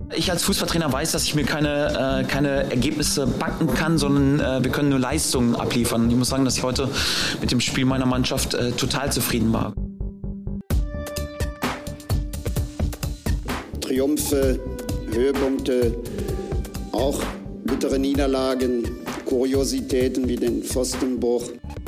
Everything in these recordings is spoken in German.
Ich als Fußballtrainer weiß, dass ich mir keine Ergebnisse backen kann, sondern wir können nur Leistungen abliefern. Ich muss sagen, dass ich heute mit dem Spiel meiner Mannschaft total zufrieden war. Triumphe, Höhepunkte, auch bittere Niederlagen, Kuriositäten wie den Pfostenbruch.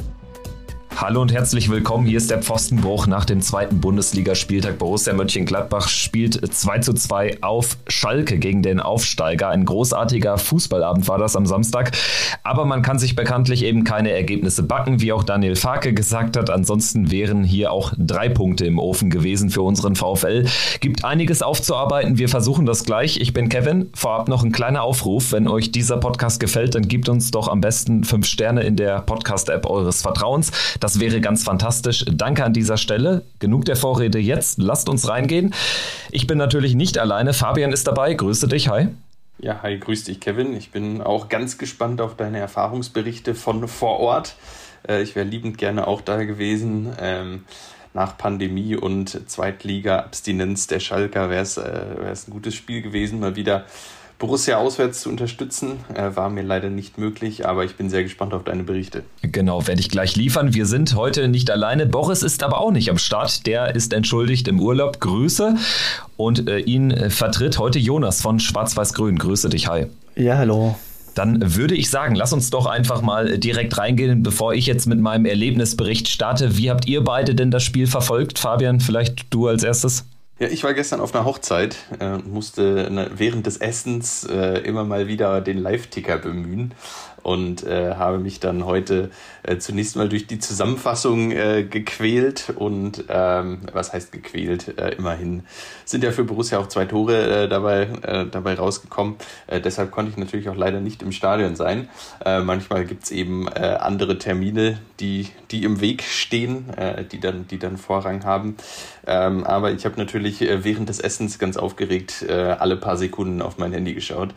Hallo und herzlich willkommen, hier ist der Pfostenbruch nach dem zweiten Bundesligaspieltag. Borussia Mönchengladbach spielt 2:2 auf Schalke gegen den Aufsteiger. Ein großartiger Fußballabend war das am Samstag, aber man kann sich bekanntlich eben keine Ergebnisse backen, wie auch Daniel Farke gesagt hat. Ansonsten wären hier auch 3 Punkte im Ofen gewesen für unseren VfL. Gibt einiges aufzuarbeiten, wir versuchen das gleich. Ich bin Kevin, vorab noch ein kleiner Aufruf. Wenn euch dieser Podcast gefällt, dann gebt uns doch am besten 5 Sterne in der Podcast-App eures Vertrauens. Das wäre ganz fantastisch. Danke an dieser Stelle. Genug der Vorrede jetzt. Lasst uns reingehen. Ich bin natürlich nicht alleine. Fabian ist dabei. Grüße dich. Hi. Ja, hi, grüß dich, Kevin. Ich bin auch ganz gespannt auf deine Erfahrungsberichte von vor Ort. Ich wäre liebend gerne auch da gewesen. Nach Pandemie und Zweitliga-Abstinenz der Schalker wäre es ein gutes Spiel gewesen, mal wieder Borussia auswärts zu unterstützen. War mir leider nicht möglich, aber ich bin sehr gespannt auf deine Berichte. Genau, werde ich gleich liefern. Wir sind heute nicht alleine. Boris ist aber auch nicht am Start. Der ist entschuldigt im Urlaub. Grüße. Und ihn vertritt heute Jonas von Schwarz-Weiß-Grün. Grüße dich, hi. Ja, hallo. Dann würde ich sagen, lass uns doch einfach mal direkt reingehen, bevor ich jetzt mit meinem Erlebnisbericht starte. Wie habt ihr beide denn das Spiel verfolgt? Fabian, vielleicht du als erstes? Ja, ich war gestern auf einer Hochzeit und musste während des Essens immer mal wieder den Live-Ticker bemühen und habe mich dann heute zunächst mal durch die Zusammenfassung gequält und was heißt gequält? Immerhin sind ja für Borussia auch 2 Tore dabei rausgekommen. Deshalb konnte ich natürlich auch leider nicht im Stadion sein. Manchmal gibt's eben andere Termine, die im Weg stehen, die dann Vorrang haben. Aber ich habe natürlich während des Essens ganz aufgeregt alle paar Sekunden auf mein Handy geschaut.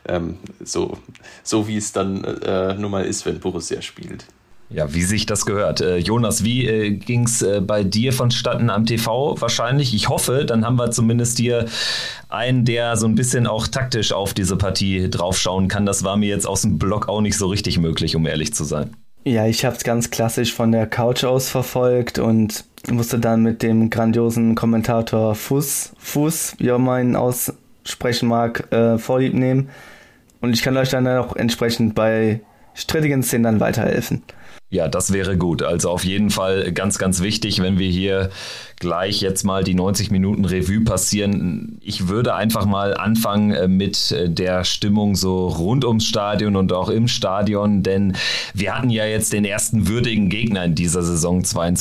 So wie es dann nun mal ist, wenn Borussia spielt. Ja, wie sich das gehört. Jonas, wie ging's bei dir vonstatten am TV wahrscheinlich? Ich hoffe, dann haben wir zumindest hier einen, der so ein bisschen auch taktisch auf diese Partie draufschauen kann. Das war mir jetzt aus dem Blog auch nicht so richtig möglich, um ehrlich zu sein. Ja, ich habe es ganz klassisch von der Couch aus verfolgt und musste dann mit dem grandiosen Kommentator Fuß, wie auch man ihn aussprechen mag, Vorlieb nehmen. Und ich kann euch dann auch entsprechend bei strittigen Szenen dann weiterhelfen. Ja, das wäre gut. Also auf jeden Fall ganz, ganz wichtig, wenn wir hier gleich jetzt mal die 90 Minuten Revue passieren. Ich würde einfach mal anfangen mit der Stimmung so rund ums Stadion und auch im Stadion, denn wir hatten ja jetzt den ersten würdigen Gegner in dieser Saison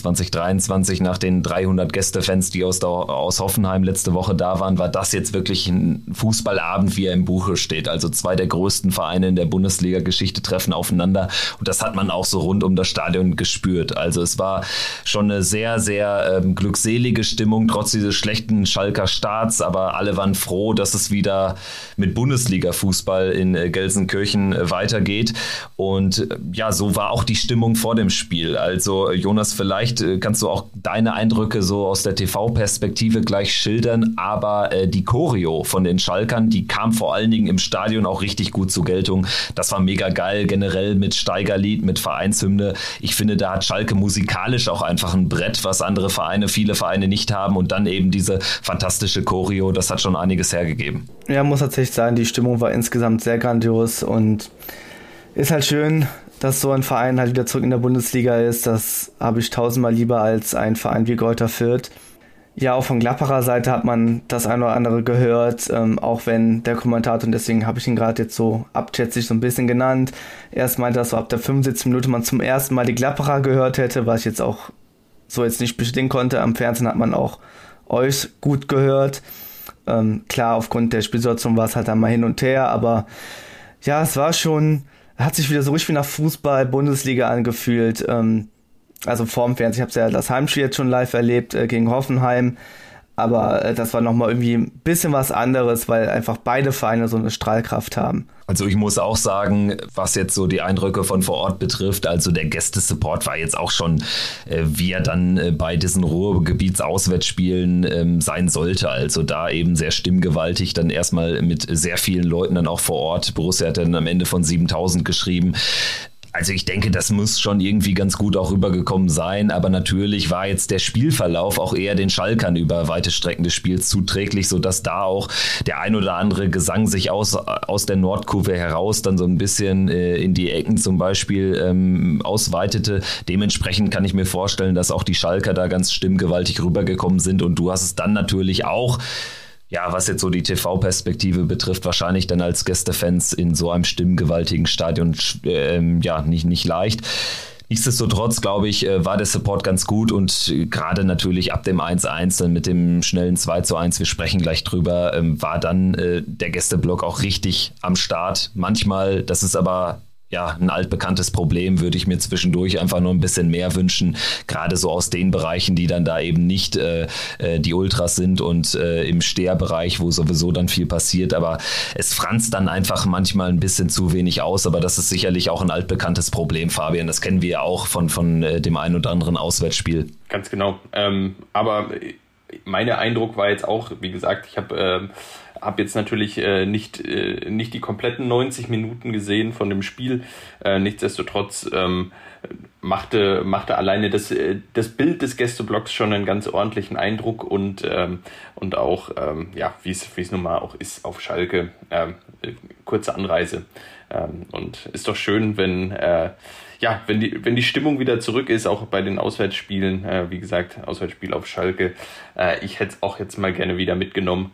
22/23 nach den 300 Gästefans, die aus Hoffenheim letzte Woche da waren, war das jetzt wirklich ein Fußballabend, wie er im Buche steht. Also 2 der größten Vereine in der Bundesliga-Geschichte treffen aufeinander und das hat man auch so rund um das Stadion gespürt. Also es war schon eine sehr, sehr glückselige Stimmung, trotz dieses schlechten Schalker Starts, aber alle waren froh, dass es wieder mit Bundesliga-Fußball in Gelsenkirchen weitergeht und ja, so war auch die Stimmung vor dem Spiel. Also Jonas, vielleicht kannst du auch deine Eindrücke so aus der TV-Perspektive gleich schildern, aber die Choreo von den Schalkern, die kam vor allen Dingen im Stadion auch richtig gut zur Geltung. Das war mega geil, generell mit Steigerlied, mit Vereinshymne. Ich finde, da hat Schalke musikalisch auch einfach ein Brett, was viele Vereine nicht haben und dann eben diese fantastische Choreo, das hat schon einiges hergegeben. Ja, muss tatsächlich sagen, die Stimmung war insgesamt sehr grandios und ist halt schön, dass so ein Verein halt wieder zurück in der Bundesliga ist. Das habe ich 1000-mal lieber als ein Verein wie Greuther Fürth. Ja, auch von Gladbacher Seite hat man das eine oder andere gehört, auch wenn der Kommentator, und deswegen habe ich ihn gerade jetzt so abschätzig so ein bisschen genannt, erst meinte, dass so ab der 75. Minute man zum ersten Mal die Gladbacher gehört hätte, was ich jetzt auch so jetzt nicht bestätigen konnte. Am Fernsehen hat man auch euch gut gehört. Klar, aufgrund der Spielsituation war es halt dann mal hin und her, aber ja, es war schon, hat sich wieder so richtig wie nach Fußball, Bundesliga angefühlt. Also vorm Fernsehen, ich habe ja das Heimspiel jetzt schon live erlebt gegen Hoffenheim. Aber das war nochmal irgendwie ein bisschen was anderes, weil einfach beide Vereine so eine Strahlkraft haben. Also ich muss auch sagen, was jetzt so die Eindrücke von vor Ort betrifft, also der Gästesupport war jetzt auch schon, wie er dann bei diesen Ruhrgebiets-Auswärtsspielen sein sollte. Also da eben sehr stimmgewaltig, dann erstmal mit sehr vielen Leuten dann auch vor Ort. Borussia hat dann am Ende von 7.000 geschrieben. Also ich denke, das muss schon irgendwie ganz gut auch rübergekommen sein, aber natürlich war jetzt der Spielverlauf auch eher den Schalkern über weite Strecken des Spiels zuträglich, sodass da auch der ein oder andere Gesang sich aus der Nordkurve heraus dann so ein bisschen in die Ecken zum Beispiel ausweitete. Dementsprechend kann ich mir vorstellen, dass auch die Schalker da ganz stimmgewaltig rübergekommen sind und du hast es dann natürlich auch, ja, was jetzt so die TV-Perspektive betrifft, wahrscheinlich dann als Gästefans in so einem stimmgewaltigen Stadion nicht leicht. Nichtsdestotrotz, glaube ich, war der Support ganz gut und gerade natürlich ab dem 1:1 dann mit dem schnellen 2:1, wir sprechen gleich drüber, war dann der Gästeblock auch richtig am Start. Manchmal, das ist aber ja, ein altbekanntes Problem, würde ich mir zwischendurch einfach nur ein bisschen mehr wünschen, gerade so aus den Bereichen, die dann da eben nicht die Ultras sind und im Steherbereich, wo sowieso dann viel passiert, aber es franzt dann einfach manchmal ein bisschen zu wenig aus, aber das ist sicherlich auch ein altbekanntes Problem, Fabian, das kennen wir ja auch von dem einen oder anderen Auswärtsspiel. Ganz genau, aber mein Eindruck war jetzt auch, wie gesagt, ich habe jetzt natürlich nicht die kompletten 90 Minuten gesehen von dem Spiel. Nichtsdestotrotz machte alleine das Bild des Gästeblocks schon einen ganz ordentlichen Eindruck und auch, wie es nun mal auch ist auf Schalke, kurze Anreise. Und ist doch schön, wenn die Stimmung wieder zurück ist, auch bei den Auswärtsspielen, wie gesagt, Auswärtsspiel auf Schalke, ich hätte es auch jetzt mal gerne wieder mitgenommen,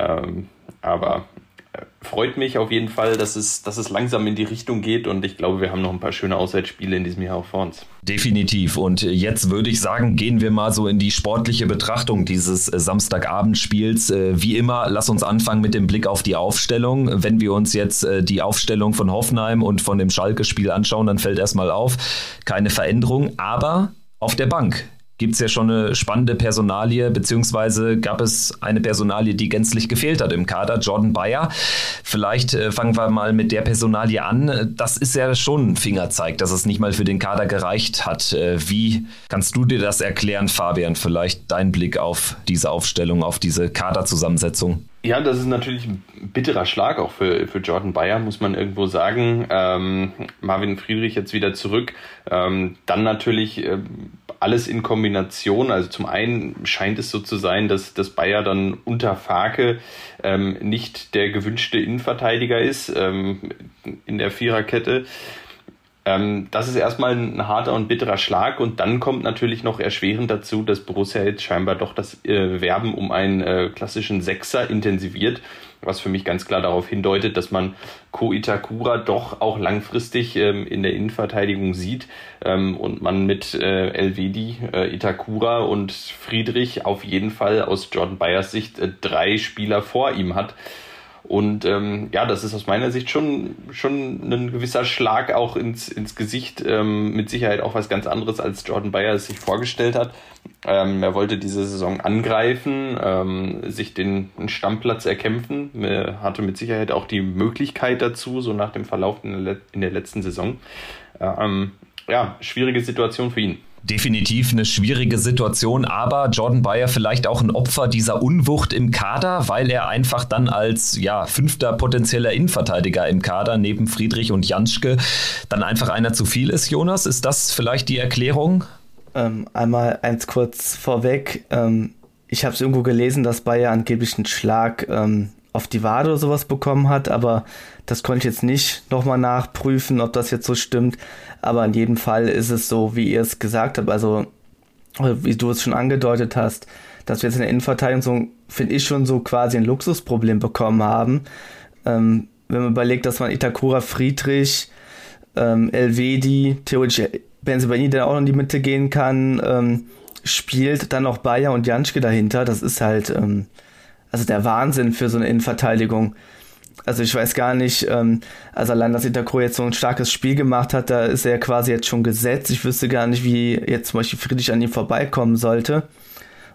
aber freut mich auf jeden Fall, dass es langsam in die Richtung geht und ich glaube, wir haben noch ein paar schöne Auswärtsspiele in diesem Jahr auch vor uns. Definitiv und jetzt würde ich sagen, gehen wir mal so in die sportliche Betrachtung dieses Samstagabendspiels. Wie immer, lass uns anfangen mit dem Blick auf die Aufstellung. Wenn wir uns jetzt die Aufstellung von Hoffenheim und von dem Schalke-Spiel anschauen, dann fällt erstmal auf, keine Veränderung, aber auf der Bank gibt es ja schon eine spannende Personalie, beziehungsweise gab es eine Personalie, die gänzlich gefehlt hat im Kader, Jordan Bayer. Vielleicht fangen wir mal mit der Personalie an. Das ist ja schon ein Fingerzeig, dass es nicht mal für den Kader gereicht hat. Wie kannst du dir das erklären, Fabian? Vielleicht dein Blick auf diese Aufstellung, auf diese Kaderzusammensetzung? Ja, das ist natürlich ein bitterer Schlag auch für Jordan Bayer, muss man irgendwo sagen. Marvin Friedrich jetzt wieder zurück. Dann natürlich alles in Kombination. Also zum einen scheint es so zu sein, dass Bayer dann unter Farke nicht der gewünschte Innenverteidiger ist in der Viererkette. Das ist erstmal ein harter und bitterer Schlag und dann kommt natürlich noch erschwerend dazu, dass Borussia jetzt scheinbar doch das Werben um einen klassischen Sechser intensiviert, was für mich ganz klar darauf hindeutet, dass man Ko Itakura doch auch langfristig in der Innenverteidigung sieht und man mit Elvedi, Itakura und Friedrich auf jeden Fall aus Jordan Bayers Sicht 3 Spieler vor ihm hat. Und das ist aus meiner Sicht schon ein gewisser Schlag auch ins Gesicht, mit Sicherheit auch was ganz anderes, als Jordan Bayer es sich vorgestellt hat. Er wollte diese Saison angreifen, sich den Stammplatz erkämpfen, er hatte mit Sicherheit auch die Möglichkeit dazu, so nach dem Verlauf in der letzten Saison. Schwierige Situation für ihn. Definitiv eine schwierige Situation, aber Jordan Bayer vielleicht auch ein Opfer dieser Unwucht im Kader, weil er einfach dann als 5. potenzieller Innenverteidiger im Kader neben Friedrich und Janschke dann einfach einer zu viel ist. Jonas, ist das vielleicht die Erklärung? Einmal eins kurz vorweg. Ich habe es irgendwo gelesen, dass Bayer angeblich einen Schlag auf die Wade oder sowas bekommen hat, aber das konnte ich jetzt nicht nochmal nachprüfen, ob das jetzt so stimmt. Aber in jedem Fall ist es so, wie ihr es gesagt habt, also wie du es schon angedeutet hast, dass wir jetzt in der Innenverteidigung so, finde ich, schon so quasi ein Luxusproblem bekommen haben. Wenn man überlegt, dass man Itakura, Friedrich, Elvedi, theoretisch Bensebaini, der auch noch in die Mitte gehen kann, spielt, dann noch Bayer und Janschke dahinter, das ist halt also der Wahnsinn für so eine Innenverteidigung. Also ich weiß gar nicht, also allein, dass Itakura jetzt so ein starkes Spiel gemacht hat, da ist er quasi jetzt schon gesetzt. Ich wüsste gar nicht, wie jetzt zum Beispiel Friedrich an ihm vorbeikommen sollte.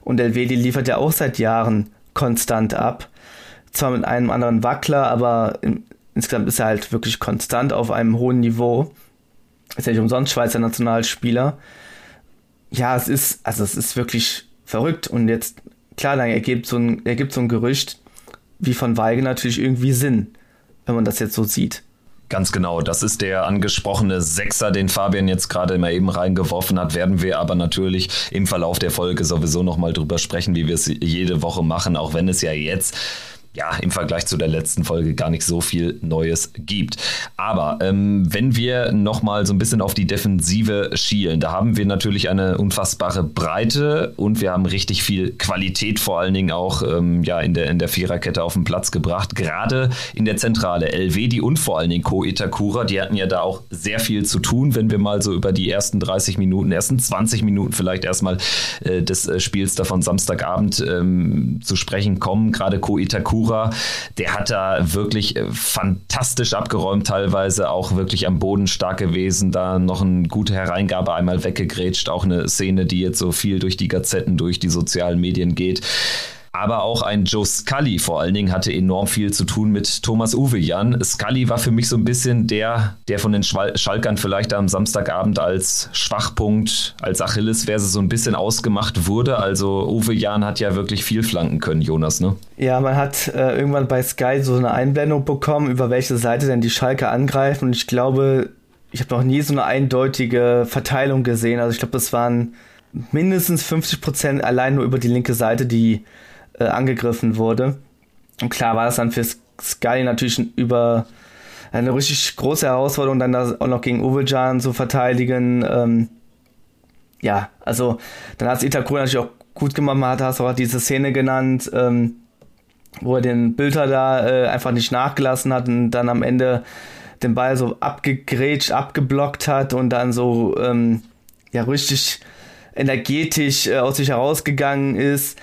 Und Elvedi liefert ja auch seit Jahren konstant ab. Zwar mit einem anderen Wackler, aber insgesamt ist er halt wirklich konstant auf einem hohen Niveau. Ist ja nicht umsonst Schweizer Nationalspieler. Ja, es ist wirklich verrückt. Und jetzt, klar, dann ergibt so ein Gerücht wie von Weigl natürlich irgendwie Sinn, wenn man das jetzt so sieht. Ganz genau, das ist der angesprochene Sechser, den Fabian jetzt gerade mal eben reingeworfen hat, werden wir aber natürlich im Verlauf der Folge sowieso nochmal drüber sprechen, wie wir es jede Woche machen, auch wenn es ja jetzt im Vergleich zu der letzten Folge gar nicht so viel Neues gibt. Aber wenn wir nochmal so ein bisschen auf die Defensive schielen, da haben wir natürlich eine unfassbare Breite und wir haben richtig viel Qualität vor allen Dingen auch in der Viererkette auf den Platz gebracht. Gerade in der Zentrale Elvedi und vor allen Dingen Ko Itakura, die hatten ja da auch sehr viel zu tun, wenn wir mal so über die ersten 30 Minuten, ersten 20 Minuten vielleicht erstmal des Spiels da von Samstagabend zu sprechen kommen. Gerade Ko Itakura, der hat da wirklich fantastisch abgeräumt, teilweise auch wirklich am Boden stark gewesen, da noch eine gute Hereingabe einmal weggegrätscht, auch eine Szene, die jetzt so viel durch die Gazetten, durch die sozialen Medien geht. Aber auch ein Joe Scully vor allen Dingen hatte enorm viel zu tun mit Thomas Uwejan. Scully war für mich so ein bisschen der von den Schalkern vielleicht am Samstagabend als Schwachpunkt, als Achillesferse so ein bisschen ausgemacht wurde. Also Uwejan hat ja wirklich viel flanken können, Jonas, ne? Ja, man hat irgendwann bei Sky so eine Einblendung bekommen, über welche Seite denn die Schalker angreifen. Und ich glaube, ich habe noch nie so eine eindeutige Verteilung gesehen. Also ich glaube, das waren mindestens 50% allein nur über die linke Seite, die angegriffen wurde. Und klar war das dann für Scully natürlich über eine richtig große Herausforderung, dann das auch noch gegen Uwejan zu verteidigen. Also dann hat es Itakura natürlich auch gut gemacht. Man hat auch diese Szene genannt, wo er den Bülter da einfach nicht nachgelassen hat und dann am Ende den Ball so abgegrätscht, abgeblockt hat und dann so richtig energetisch aus sich herausgegangen ist.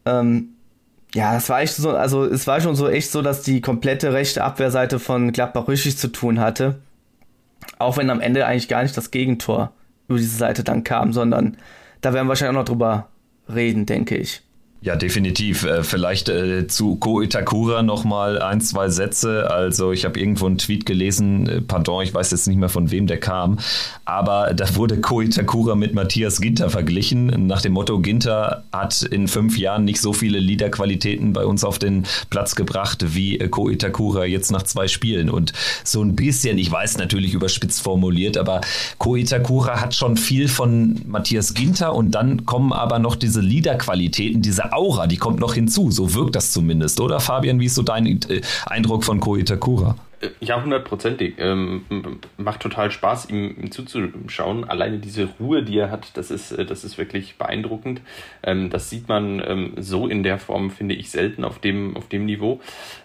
Das war echt so, also es war schon so echt so, dass die komplette rechte Abwehrseite von Gladbach richtig zu tun hatte. Auch wenn am Ende eigentlich gar nicht das Gegentor über diese Seite dann kam, sondern da werden wir wahrscheinlich auch noch drüber reden, denke ich. Ja, definitiv. Vielleicht zu Ko Itakura nochmal 1, 2 Sätze. Also ich habe irgendwo einen Tweet gelesen, ich weiß jetzt nicht mehr von wem der kam, aber da wurde Ko Itakura mit Matthias Ginter verglichen, nach dem Motto, Ginter hat in 5 Jahren nicht so viele Leaderqualitäten bei uns auf den Platz gebracht wie Ko Itakura jetzt nach 2 Spielen. Und so ein bisschen, ich weiß natürlich überspitzt formuliert, aber Ko Itakura hat schon viel von Matthias Ginter und dann kommen aber noch diese Leaderqualitäten, diese Aura, die kommt noch hinzu. So wirkt das zumindest, oder Fabian? Wie ist so dein Eindruck von Ko Itakura? Ja, 100%. Macht total Spaß, ihm zuzuschauen. Alleine diese Ruhe, die er hat, das ist wirklich beeindruckend. Das sieht man so in der Form, finde ich, selten auf dem Niveau.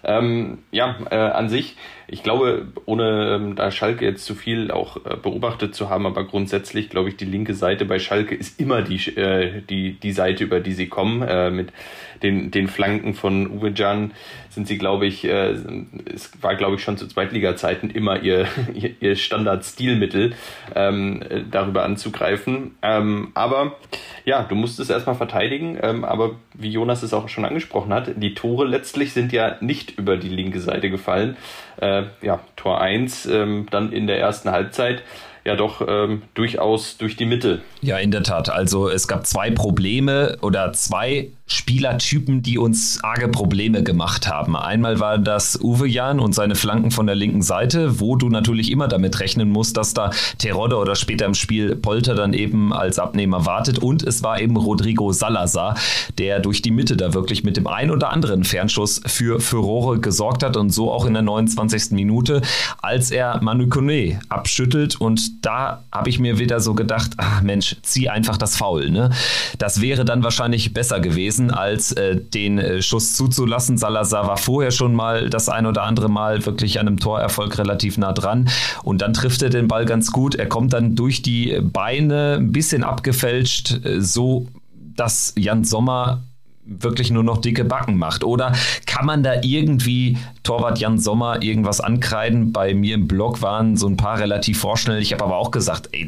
An sich, ich glaube, ohne da Schalke jetzt zu viel auch beobachtet zu haben, aber grundsätzlich glaube ich, die linke Seite bei Schalke ist immer die Seite, über die sie kommen. Mit den Flanken von Uwejan sind sie, glaube ich, es war, glaube ich, schon zu Zweitliga-Zeiten immer ihr Standard-Stilmittel, darüber anzugreifen. Aber ja, du musst es erstmal verteidigen, aber wie Jonas es auch schon angesprochen hat, die Tore letztlich sind ja nicht über die linke Seite gefallen. Tor 1 dann in der ersten Halbzeit. Ja, doch durchaus durch die Mitte. Ja, in der Tat. Also es gab 2 Probleme oder 2 Spielertypen, die uns arge Probleme gemacht haben. Einmal war das Uwejan und seine Flanken von der linken Seite, wo du natürlich immer damit rechnen musst, dass da Terodde oder später im Spiel Polter dann eben als Abnehmer wartet. Und es war eben Rodrigo Salazar, der durch die Mitte da wirklich mit dem ein oder anderen Fernschuss für Furore gesorgt hat und so auch in der 29. Minute, als er Manu Koné abschüttelt. Und da habe ich mir wieder so gedacht, ach Mensch, zieh einfach das Foul, ne? Das wäre dann wahrscheinlich besser gewesen, als den Schuss zuzulassen. Salazar war vorher schon mal das ein oder andere Mal wirklich an einem Torerfolg relativ nah dran und dann trifft er den Ball ganz gut. Er kommt dann durch die Beine ein bisschen abgefälscht, so dass Jan Sommer wirklich nur noch dicke Backen macht. Oder kann man da irgendwie Torwart Jan Sommer irgendwas ankreiden? Bei mir im Blog waren so ein paar relativ vorschnell. Ich habe aber auch gesagt, der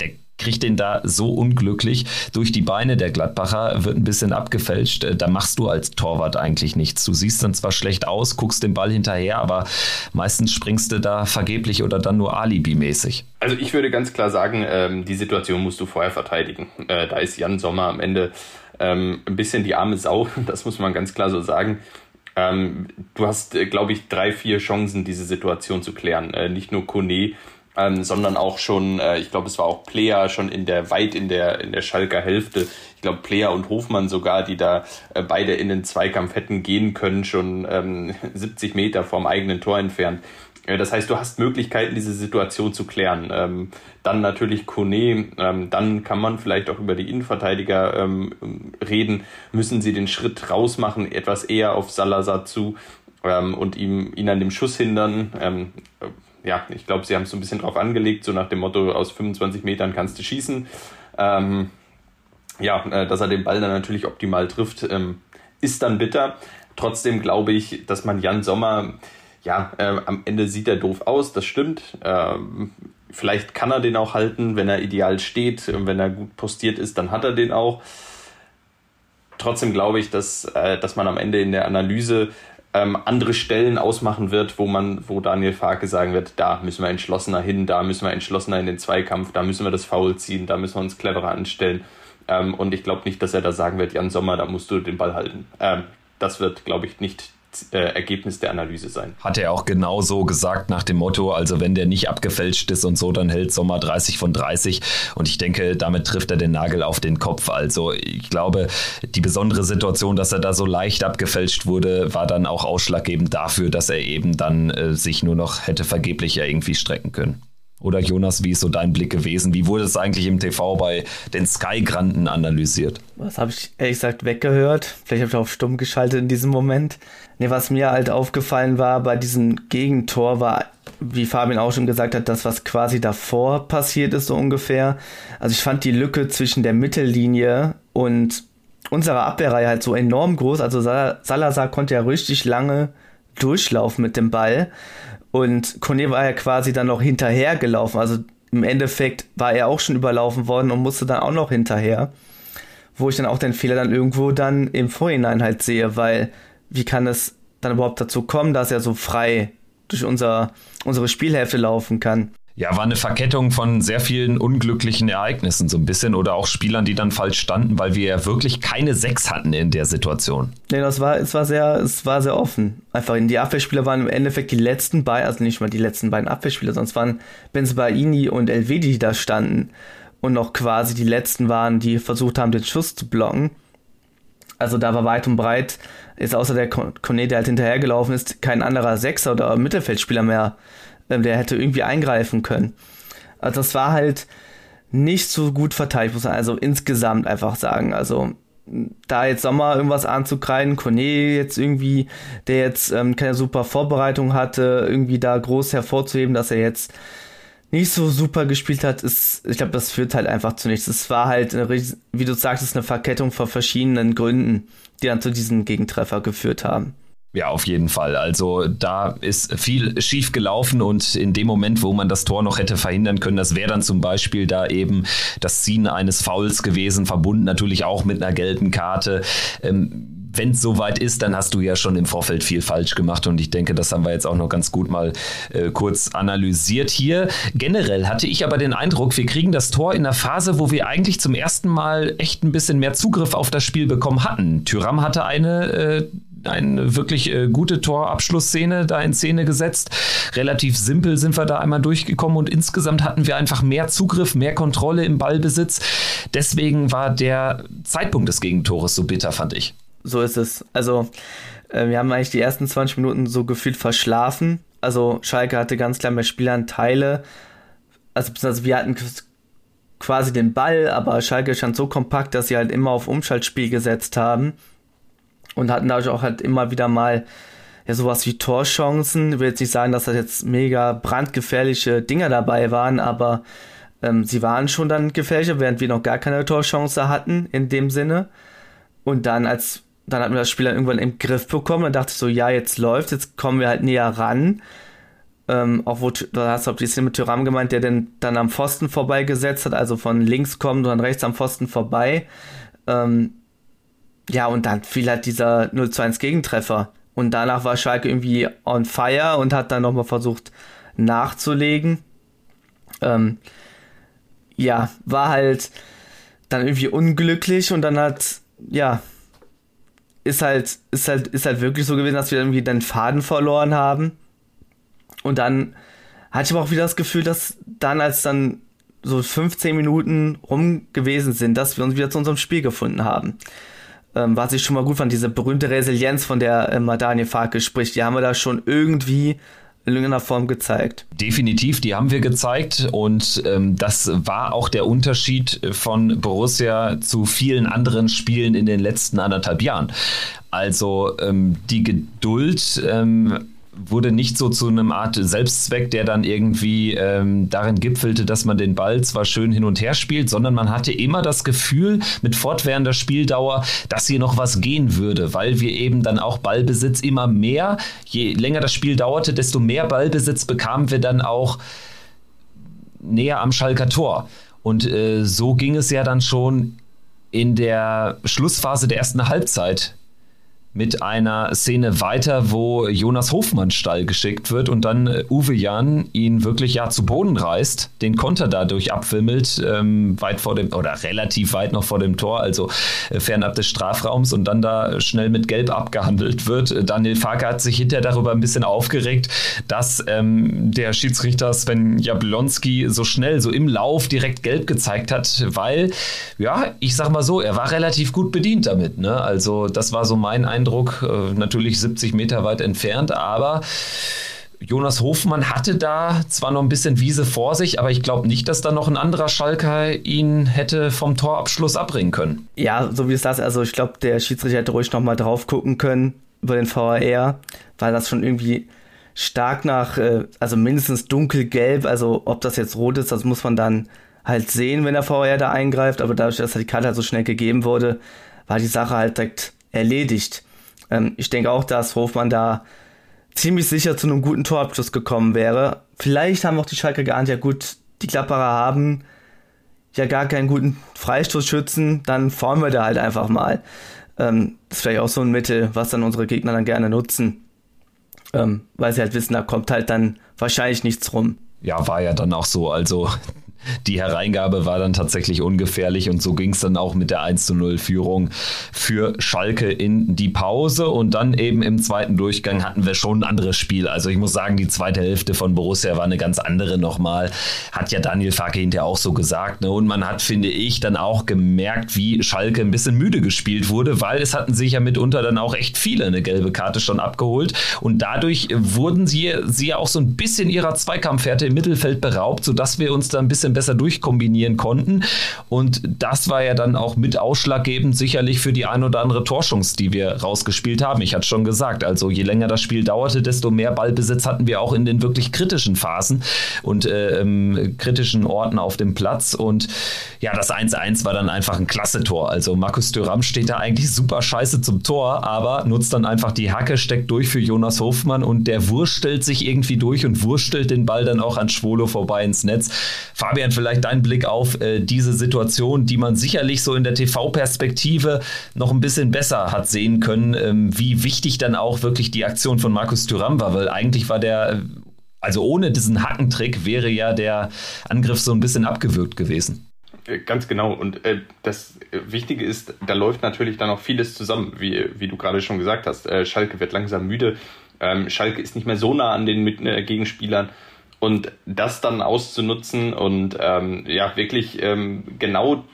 kriegt den da so unglücklich durch die Beine. Der Gladbacher wird ein bisschen abgefälscht. Da machst du als Torwart eigentlich nichts. Du siehst dann zwar schlecht aus, guckst den Ball hinterher, aber meistens springst du da vergeblich oder dann nur alibimäßig. Also ich würde ganz klar sagen, die Situation musst du vorher verteidigen. Da ist Jan Sommer am Ende ein bisschen die arme Sau, das muss man ganz klar so sagen. Du hast, glaube ich, 3-4 Chancen, diese Situation zu klären. Nicht nur Kone, sondern auch schon, ich glaube, es war auch Plea schon weit in der Schalker Hälfte. Ich glaube, Plea und Hofmann sogar, die da beide in den Zweikampf hätten gehen können, schon 70 Meter vom eigenen Tor entfernt. Das heißt, du hast Möglichkeiten, diese Situation zu klären. Dann natürlich Kone, dann kann man vielleicht auch über die Innenverteidiger reden. Müssen sie den Schritt rausmachen, etwas eher auf Salazar zu und ihn an dem Schuss hindern. Ja, ich glaube, sie haben es so ein bisschen drauf angelegt, so nach dem Motto, aus 25 Metern kannst du schießen. Dass er den Ball dann natürlich optimal trifft, ist dann bitter. Trotzdem glaube ich, dass man Jan Sommer, am Ende sieht er doof aus, das stimmt. Vielleicht kann er den auch halten, wenn er ideal steht, wenn er gut postiert ist, dann hat er den auch. Trotzdem glaube ich, dass man am Ende in der Analyse andere Stellen ausmachen wird, wo Daniel Farke sagen wird, da müssen wir entschlossener hin, da müssen wir entschlossener in den Zweikampf, da müssen wir das Foul ziehen, da müssen wir uns cleverer anstellen. Und ich glaube nicht, dass er da sagen wird, Jan Sommer, da musst du den Ball halten. Das wird, glaube ich, nicht Ergebnis der Analyse sein. Hat er auch genau so gesagt nach dem Motto, also wenn der nicht abgefälscht ist und so, dann hält Sommer 30 von 30 und ich denke, damit trifft er den Nagel auf den Kopf. Also ich glaube, die besondere Situation, dass er da so leicht abgefälscht wurde, war dann auch ausschlaggebend dafür, dass er eben dann sich nur noch hätte vergeblich irgendwie strecken können. Oder Jonas, wie ist so dein Blick gewesen? Wie wurde es eigentlich im TV bei den Sky-Granden analysiert? Das habe ich ehrlich gesagt weggehört. Vielleicht habe ich auf stumm geschaltet in diesem Moment. Nee, was mir halt aufgefallen war bei diesem Gegentor war, wie Fabian auch schon gesagt hat, das, was quasi davor passiert ist, so ungefähr. Also ich fand die Lücke zwischen der Mittellinie und unserer Abwehrreihe halt so enorm groß. Also Salazar konnte ja richtig lange durchlaufen mit dem Ball. Und Kone war ja quasi dann noch hinterher gelaufen. Also im Endeffekt war er auch schon überlaufen worden und musste dann auch noch hinterher. Wo ich dann auch den Fehler dann irgendwo dann im Vorhinein halt sehe, weil wie kann es dann überhaupt dazu kommen, dass er so frei durch unsere Spielhälfte laufen kann? Ja, war eine Verkettung von sehr vielen unglücklichen Ereignissen so ein bisschen oder auch Spielern, die dann falsch standen, weil wir ja wirklich keine 6 hatten in der Situation. Nee, es war sehr offen. Einfach die Abwehrspieler waren im Endeffekt die letzten beiden, also nicht mal die letzten beiden Abwehrspieler, sonst waren Bensebaini und Elvedi, die da standen und noch quasi die letzten waren, die versucht haben, den Schuss zu blocken. Also da war weit und breit, ist außer der Kone, der halt hinterhergelaufen ist, kein anderer Sechser oder Mittelfeldspieler mehr, der hätte irgendwie eingreifen können. Also das war halt nicht so gut verteidigt, muss man also insgesamt einfach sagen. Also da jetzt Sommer irgendwas anzukreiden, Kone jetzt irgendwie, der jetzt keine super Vorbereitung hatte, irgendwie da groß hervorzuheben, dass er jetzt nicht so super gespielt hat, ich glaube, das führt halt einfach zu nichts. Es war halt, wie du sagst, eine Verkettung von verschiedenen Gründen, die dann zu diesem Gegentreffer geführt haben. Ja, auf jeden Fall. Also da ist viel schief gelaufen und in dem Moment, wo man das Tor noch hätte verhindern können, das wäre dann zum Beispiel da eben das Ziehen eines Fouls gewesen, verbunden natürlich auch mit einer gelben Karte. Wenn es soweit ist, dann hast du ja schon im Vorfeld viel falsch gemacht und ich denke, das haben wir jetzt auch noch ganz gut mal kurz analysiert hier. Generell hatte ich aber den Eindruck, wir kriegen das Tor in einer Phase, wo wir eigentlich zum ersten Mal echt ein bisschen mehr Zugriff auf das Spiel bekommen hatten. Thuram hatte eine wirklich gute Torabschlussszene da in Szene gesetzt. Relativ simpel sind wir da einmal durchgekommen und insgesamt hatten wir einfach mehr Zugriff, mehr Kontrolle im Ballbesitz. Deswegen war der Zeitpunkt des Gegentores so bitter, fand ich. So ist es. Also wir haben eigentlich die ersten 20 Minuten so gefühlt verschlafen. Also Schalke hatte ganz klar mehr Spielanteile. Also wir hatten quasi den Ball, aber Schalke stand so kompakt, dass sie halt immer auf Umschaltspiel gesetzt haben. Und hatten dadurch auch halt immer wieder mal sowas wie Torchancen. Ich will jetzt nicht sagen, dass das jetzt mega brandgefährliche Dinger dabei waren, aber sie waren schon dann gefährlicher, während wir noch gar keine Torchance hatten in dem Sinne. Und dann hatten wir das Spiel dann irgendwann im Griff bekommen. Dann dachte ich so, ja, jetzt läuft's, jetzt kommen wir halt näher ran. Auch wo, du hast auch die Szene mit Thuram gemeint, der dann am Pfosten vorbeigesetzt hat, also von links kommt und dann rechts am Pfosten vorbei. Ja, und dann fiel halt dieser 0-2-1 Gegentreffer. Und danach war Schalke irgendwie on fire und hat dann nochmal versucht nachzulegen. Ja, war halt dann irgendwie unglücklich und dann ist halt wirklich so gewesen, dass wir irgendwie den Faden verloren haben. Und dann hatte ich aber auch wieder das Gefühl, dass dann, als dann so 15 Minuten rum gewesen sind, dass wir uns wieder zu unserem Spiel gefunden haben. Was ich schon mal gut fand, diese berühmte Resilienz, von der Daniel Farke spricht, die haben wir da schon irgendwie in irgendeiner Form gezeigt. Definitiv, die haben wir gezeigt und das war auch der Unterschied von Borussia zu vielen anderen Spielen in den letzten 1,5 Jahren. Also die Geduld wurde nicht so zu einem Art Selbstzweck, der dann irgendwie darin gipfelte, dass man den Ball zwar schön hin und her spielt, sondern man hatte immer das Gefühl mit fortwährender Spieldauer, dass hier noch was gehen würde, weil wir eben dann auch Ballbesitz immer mehr, je länger das Spiel dauerte, desto mehr Ballbesitz bekamen wir dann auch näher am Schalker Tor. Und so ging es ja dann schon in der Schlussphase der ersten Halbzeit mit einer Szene weiter, wo Jonas Hofmann steil geschickt wird und dann Uwe Jan ihn wirklich zu Boden reißt, den Konter dadurch abwimmelt, weit vor dem, oder relativ weit noch vor dem Tor, also fernab des Strafraums und dann da schnell mit Gelb abgehandelt wird. Daniel Farke hat sich hinterher darüber ein bisschen aufgeregt, dass der Schiedsrichter Sven Jablonski so schnell, so im Lauf direkt Gelb gezeigt hat, weil, ja, ich sag mal so, er war relativ gut bedient damit, ne? Also das war so mein Eindruck, natürlich 70 Meter weit entfernt, aber Jonas Hofmann hatte da zwar noch ein bisschen Wiese vor sich, aber ich glaube nicht, dass da noch ein anderer Schalker ihn hätte vom Torabschluss abbringen können. Ja, so wie es das, also ich glaube, der Schiedsrichter hätte ruhig nochmal drauf gucken können über den VAR, weil das schon irgendwie stark nach, also mindestens dunkelgelb, also ob das jetzt rot ist, das muss man dann halt sehen, wenn der VAR da eingreift, aber dadurch, dass die Karte halt so schnell gegeben wurde, war die Sache halt direkt erledigt. Ich denke auch, dass Hofmann da ziemlich sicher zu einem guten Torabschluss gekommen wäre. Vielleicht haben auch die Schalker geahnt, ja gut, die Klapperer haben ja gar keinen guten Freistoßschützen, dann formen wir da halt einfach mal. Das ist vielleicht auch so ein Mittel, was dann unsere Gegner dann gerne nutzen, weil sie halt wissen, da kommt halt dann wahrscheinlich nichts rum. Ja, war ja dann auch so, also die Hereingabe war dann tatsächlich ungefährlich und so ging es dann auch mit der 1:0 Führung für Schalke in die Pause und dann eben im zweiten Durchgang hatten wir schon ein anderes Spiel. Also ich muss sagen, die zweite Hälfte von Borussia war eine ganz andere nochmal. Hat ja Daniel Farke hinterher auch so gesagt, ne? Und man hat, finde ich, dann auch gemerkt, wie Schalke ein bisschen müde gespielt wurde, weil es hatten sich ja mitunter dann auch echt viele eine gelbe Karte schon abgeholt und dadurch wurden sie ja auch so ein bisschen ihrer Zweikampfhärte im Mittelfeld beraubt, sodass wir uns da ein bisschen besser durchkombinieren konnten und das war ja dann auch mit ausschlaggebend sicherlich für die ein oder andere Torchance, die wir rausgespielt haben. Ich hatte schon gesagt, also je länger das Spiel dauerte, desto mehr Ballbesitz hatten wir auch in den wirklich kritischen Phasen und kritischen Orten auf dem Platz und ja, das 1:1 war dann einfach ein klasse Tor. Also Markus Thuram steht da eigentlich super scheiße zum Tor, aber nutzt dann einfach die Hacke, steckt durch für Jonas Hofmann und der wurstelt sich irgendwie durch und wurstelt den Ball dann auch an Schwolo vorbei ins Netz. Fabian, vielleicht dein Blick auf diese Situation, die man sicherlich so in der TV-Perspektive noch ein bisschen besser hat sehen können, wie wichtig dann auch wirklich die Aktion von Markus Thuram war, weil eigentlich war also ohne diesen Hackentrick wäre ja der Angriff so ein bisschen abgewürgt gewesen. Ganz genau und das Wichtige ist, da läuft natürlich dann auch vieles zusammen, wie du gerade schon gesagt hast. Schalke wird langsam müde, Schalke ist nicht mehr so nah an den Gegenspielern. Und das dann auszunutzen und wirklich genau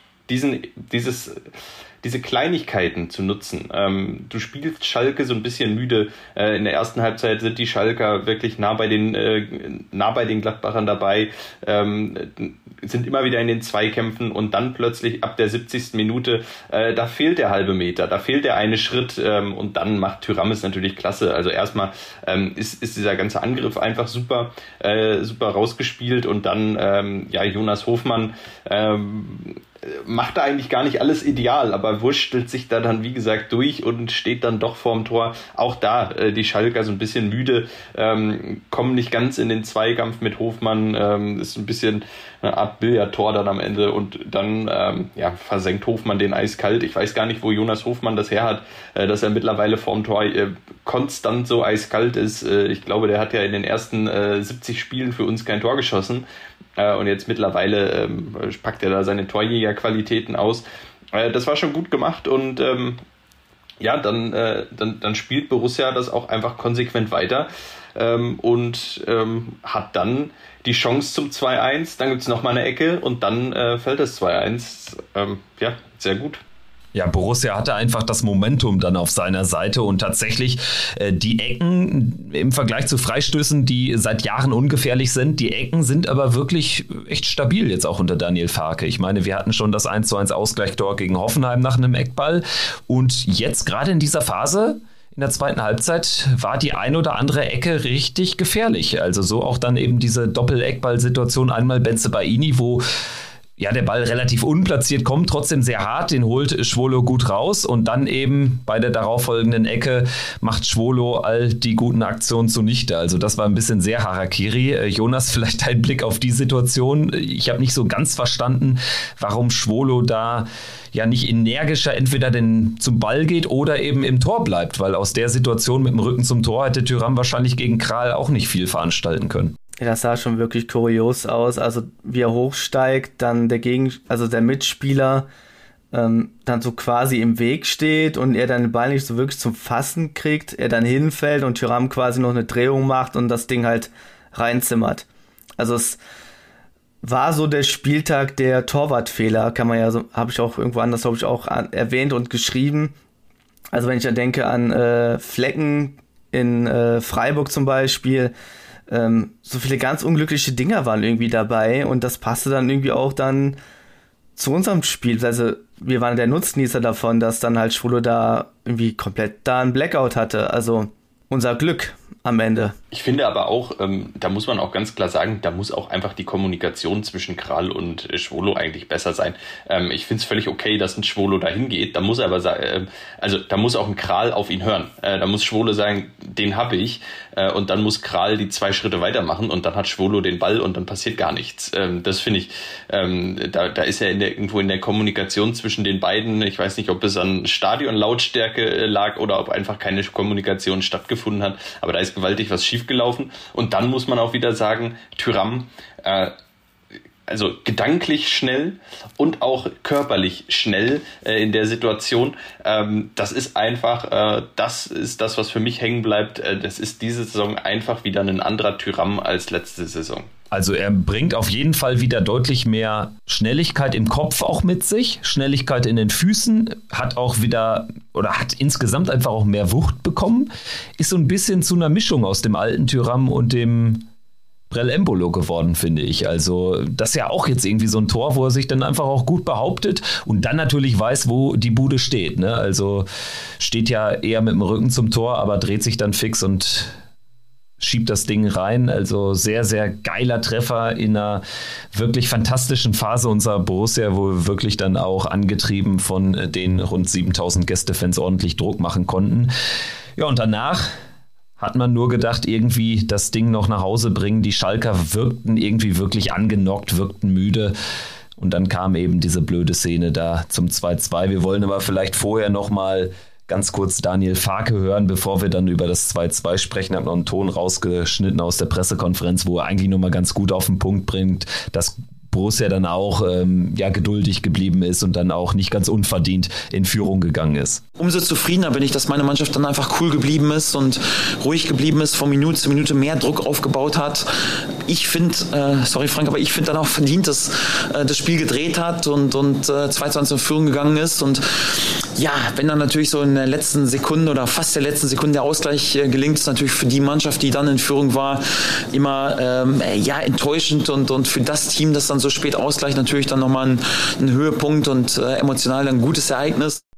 diese Kleinigkeiten zu nutzen. Du spielst Schalke so ein bisschen müde. In der ersten Halbzeit sind die Schalker wirklich nah bei den Gladbachern dabei, sind immer wieder in den Zweikämpfen und dann plötzlich ab der 70. Minute, da fehlt der halbe Meter, da fehlt der eine Schritt und dann macht Thuram es natürlich klasse. Also erstmal ist dieser ganze Angriff einfach super rausgespielt und dann Jonas Hofmann macht da eigentlich gar nicht alles ideal, aber wurschtelt sich da dann, wie gesagt, durch und steht dann doch vorm Tor. Auch da die Schalker so ein bisschen müde, kommen nicht ganz in den Zweikampf mit Hofmann, ist ein bisschen eine Art Billardtor dann am Ende und dann versenkt Hofmann den eiskalt. Ich weiß gar nicht, wo Jonas Hofmann das her hat, dass er mittlerweile vorm Tor konstant so eiskalt ist. Ich glaube, der hat ja in den ersten 70 Spielen für uns kein Tor geschossen. Und jetzt mittlerweile packt er da seine Torjägerqualitäten aus. Das war schon gut gemacht und dann spielt Borussia das auch einfach konsequent weiter und hat dann die Chance zum 2-1. Dann gibt es nochmal eine Ecke und dann fällt das 2-1. Sehr gut. Ja, Borussia hatte einfach das Momentum dann auf seiner Seite und tatsächlich die Ecken im Vergleich zu Freistößen, die seit Jahren ungefährlich sind, die Ecken sind aber wirklich echt stabil jetzt auch unter Daniel Farke. Ich meine, wir hatten schon das 1:1 Ausgleichstor gegen Hoffenheim nach einem Eckball und jetzt gerade in dieser Phase in der zweiten Halbzeit war die ein oder andere Ecke richtig gefährlich. Also so auch dann eben diese Doppel-Eckball-Situation, einmal Bensebaini, wo der Ball relativ unplatziert kommt, trotzdem sehr hart, den holt Schwolo gut raus und dann eben bei der darauffolgenden Ecke macht Schwolo all die guten Aktionen zunichte. Also das war ein bisschen sehr Harakiri. Jonas, vielleicht ein Blick auf die Situation. Ich habe nicht so ganz verstanden, warum Schwolo da nicht energischer entweder zum Ball geht oder eben im Tor bleibt, weil aus der Situation mit dem Rücken zum Tor hätte Thuram wahrscheinlich gegen Kral auch nicht viel veranstalten können. Ja, das sah schon wirklich kurios aus. Also wie er hochsteigt, dann der Mitspieler dann so quasi im Weg steht und er dann den Ball nicht so wirklich zum Fassen kriegt, er dann hinfällt und Thuram quasi noch eine Drehung macht und das Ding halt reinzimmert. Also es war so der Spieltag der Torwartfehler, kann man ja so, habe ich auch irgendwo anders, glaube ich, auch erwähnt und geschrieben. Also wenn ich dann denke an Flecken in Freiburg zum Beispiel, so viele ganz unglückliche Dinger waren irgendwie dabei und das passte dann irgendwie auch dann zu unserem Spiel. Also wir waren der Nutznießer davon, dass dann halt Schwolo da irgendwie komplett da einen Blackout hatte. Also unser Glück am Ende. Ich finde aber auch, da muss man auch ganz klar sagen, da muss auch einfach die Kommunikation zwischen Kral und Schwolo eigentlich besser sein. Ich finde es völlig okay, dass ein Schwolo da hingeht. Da muss er aber sagen, da muss auch ein Kral auf ihn hören. Da muss Schwolo sagen, den habe ich. Und dann muss Kral die 2 Schritte weitermachen und dann hat Schwolo den Ball und dann passiert gar nichts. Das finde ich, da ist ja irgendwo in der Kommunikation zwischen den beiden, ich weiß nicht, ob es an Stadionlautstärke lag oder ob einfach keine Kommunikation stattgefunden hat, aber da ist gewaltig was schiefgelaufen. Und dann muss man auch wieder sagen, Thuram, also gedanklich schnell und auch körperlich schnell in der Situation. Das ist einfach, das ist das, was für mich hängen bleibt. Das ist diese Saison einfach wieder ein anderer Tyram als letzte Saison. Also er bringt auf jeden Fall wieder deutlich mehr Schnelligkeit im Kopf auch mit sich, Schnelligkeit in den Füßen, hat auch wieder oder hat insgesamt einfach auch mehr Wucht bekommen, ist so ein bisschen zu einer Mischung aus dem alten Thuram und dem Brell Embolo geworden, finde ich. Also das ist ja auch jetzt irgendwie so ein Tor, wo er sich dann einfach auch gut behauptet und dann natürlich weiß, wo die Bude steht. Ne? Also steht ja eher mit dem Rücken zum Tor, aber dreht sich dann fix und schiebt das Ding rein. Also sehr, sehr geiler Treffer in einer wirklich fantastischen Phase unserer Borussia, wo wir wirklich dann auch angetrieben von den rund 7000 Gästefans ordentlich Druck machen konnten. Ja, und danach hat man nur gedacht, irgendwie das Ding noch nach Hause bringen. Die Schalker wirkten irgendwie wirklich angenockt, wirkten müde. Und dann kam eben diese blöde Szene da zum 2-2. Wir wollen aber vielleicht vorher noch mal ganz kurz Daniel Farke hören, bevor wir dann über das 2-2 sprechen. Ich habe noch einen Ton rausgeschnitten aus der Pressekonferenz, wo er eigentlich nur mal ganz gut auf den Punkt bringt, dass Borussia dann auch geduldig geblieben ist und dann auch nicht ganz unverdient in Führung gegangen ist. Umso zufriedener bin ich, dass meine Mannschaft dann einfach cool geblieben ist und ruhig geblieben ist, von Minute zu Minute mehr Druck aufgebaut hat. Ich finde, sorry Frank, aber ich finde dann auch verdient, dass das Spiel gedreht hat und 2-2 in Führung gegangen ist. Und ja, wenn dann natürlich so in der letzten Sekunde oder fast der letzten Sekunde der Ausgleich gelingt, ist natürlich für die Mannschaft, die dann in Führung war, immer enttäuschend und für das Team, das dann so spät ausgleicht, natürlich dann nochmal ein Höhepunkt und emotional ein gutes Ereignis.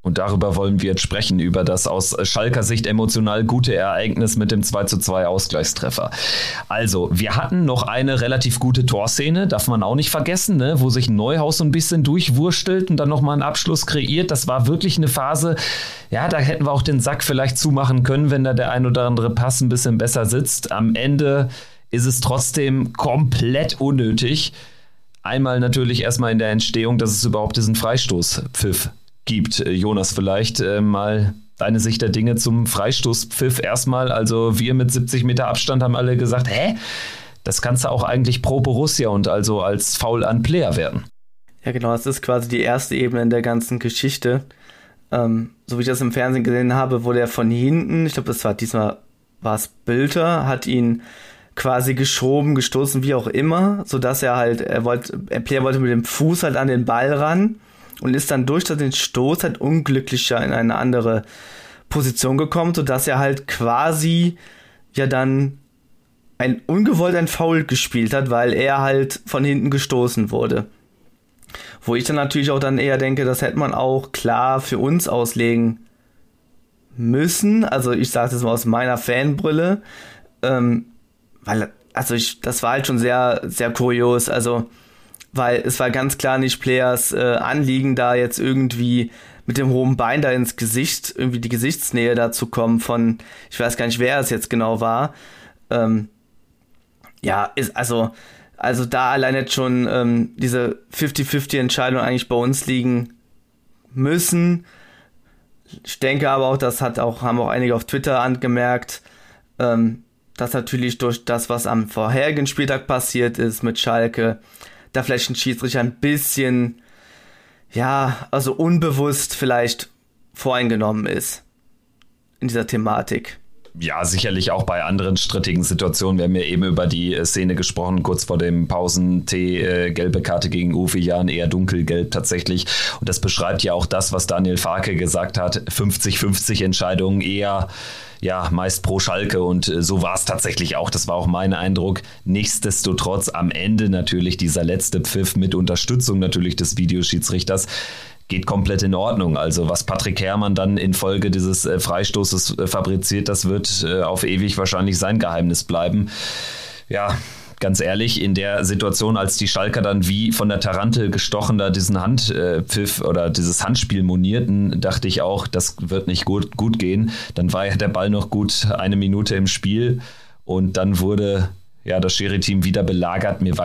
Und darüber wollen wir jetzt sprechen, über das aus Schalker Sicht emotional gute Ereignis mit dem 2:2 Ausgleichstreffer. Also, wir hatten noch eine relativ gute Torszene, darf man auch nicht vergessen, ne? Wo sich Neuhaus so ein bisschen durchwurstelt und dann nochmal einen Abschluss kreiert. Das war wirklich eine Phase, ja, da hätten wir auch den Sack vielleicht zumachen können, wenn da der ein oder andere Pass ein bisschen besser sitzt. Am Ende ist es trotzdem komplett unnötig. Einmal natürlich erstmal in der Entstehung, dass es überhaupt diesen Freistoßpfiff gibt. Jonas, vielleicht mal deine Sicht der Dinge zum Freistoßpfiff erstmal. Also wir mit 70 Meter Abstand haben alle gesagt, das kannst du auch eigentlich pro Borussia und also als Foul an Player werden. Ja genau, das ist quasi die erste Ebene in der ganzen Geschichte. So wie ich das im Fernsehen gesehen habe, wurde er von hinten, ich glaube diesmal war es Bülter, hat ihn quasi geschoben, gestoßen, wie auch immer, sodass er halt, Player wollte mit dem Fuß halt an den Ball ran und ist dann durch den Stoß halt unglücklicher in eine andere Position gekommen, sodass er halt quasi ja dann ungewollt ein Foul gespielt hat, weil er halt von hinten gestoßen wurde. Wo ich dann natürlich auch dann eher denke, das hätte man auch klar für uns auslegen müssen. Also ich sage das mal aus meiner Fanbrille, das war halt schon sehr, sehr kurios. Also weil es war ganz klar nicht Players Anliegen, da jetzt irgendwie mit dem hohen Bein da ins Gesicht, irgendwie die Gesichtsnähe da zu kommen von, ich weiß gar nicht, wer es jetzt genau war. Ist also da allein jetzt schon diese 50-50-Entscheidung eigentlich bei uns liegen müssen. Ich denke aber auch, haben auch einige auf Twitter angemerkt, dass natürlich durch das, was am vorherigen Spieltag passiert ist mit Schalke, da vielleicht ein Schiedsrichter ein bisschen, unbewusst vielleicht voreingenommen ist in dieser Thematik. Ja, sicherlich auch bei anderen strittigen Situationen. Wir haben ja eben über die Szene gesprochen, kurz vor dem Pausentee, gelbe Karte gegen Uwe Jan, eher dunkelgelb tatsächlich. Und das beschreibt ja auch das, was Daniel Farke gesagt hat, 50-50 Entscheidungen eher, meist pro Schalke und so war es tatsächlich auch. Das war auch mein Eindruck. Nichtsdestotrotz am Ende natürlich dieser letzte Pfiff mit Unterstützung natürlich des Videoschiedsrichters geht komplett in Ordnung. Also was Patrick Herrmann dann infolge dieses Freistoßes fabriziert, das wird auf ewig wahrscheinlich sein Geheimnis bleiben. Ja, ganz ehrlich, in der Situation, als die Schalker dann wie von der Tarantel gestochen da diesen Handpfiff oder dieses Handspiel monierten, dachte ich auch, das wird nicht gut gehen. Dann war ja der Ball noch gut 1 Minute im Spiel und dann wurde das Schiri-Team wieder belagert. Mir war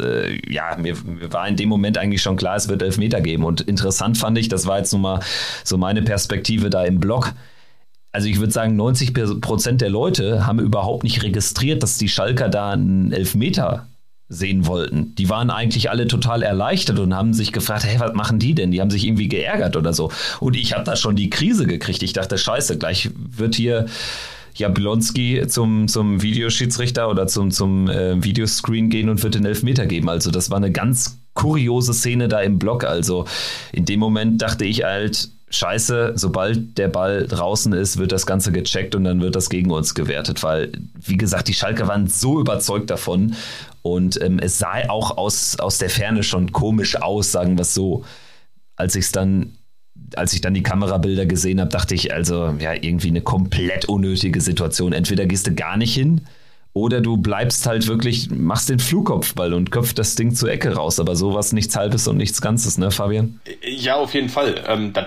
mir war in dem Moment eigentlich schon klar, es wird Elfmeter geben. Und interessant fand ich, das war jetzt nun mal so meine Perspektive da im Block. Also ich würde sagen, 90% der Leute haben überhaupt nicht registriert, dass die Schalker da einen Elfmeter sehen wollten. Die waren eigentlich alle total erleichtert und haben sich gefragt, was machen die denn? Die haben sich irgendwie geärgert oder so. Und ich habe da schon die Krise gekriegt. Ich dachte, scheiße, gleich wird hier Jablonski zum Videoschiedsrichter oder zum Videoscreen gehen und wird den Elfmeter geben. Also das war eine ganz kuriose Szene da im Block. Also in dem Moment dachte ich halt, scheiße, sobald der Ball draußen ist, wird das Ganze gecheckt und dann wird das gegen uns gewertet, weil, wie gesagt, die Schalker waren so überzeugt davon und es sah auch aus der Ferne schon komisch aus, sagen wir es so. Als ich dann die Kamerabilder gesehen habe, dachte ich, also irgendwie eine komplett unnötige Situation. Entweder gehst du gar nicht hin oder du bleibst halt wirklich, machst den Flugkopfball und köpft das Ding zur Ecke raus. Aber sowas nichts Halbes und nichts Ganzes, ne, Fabian? Ja, auf jeden Fall.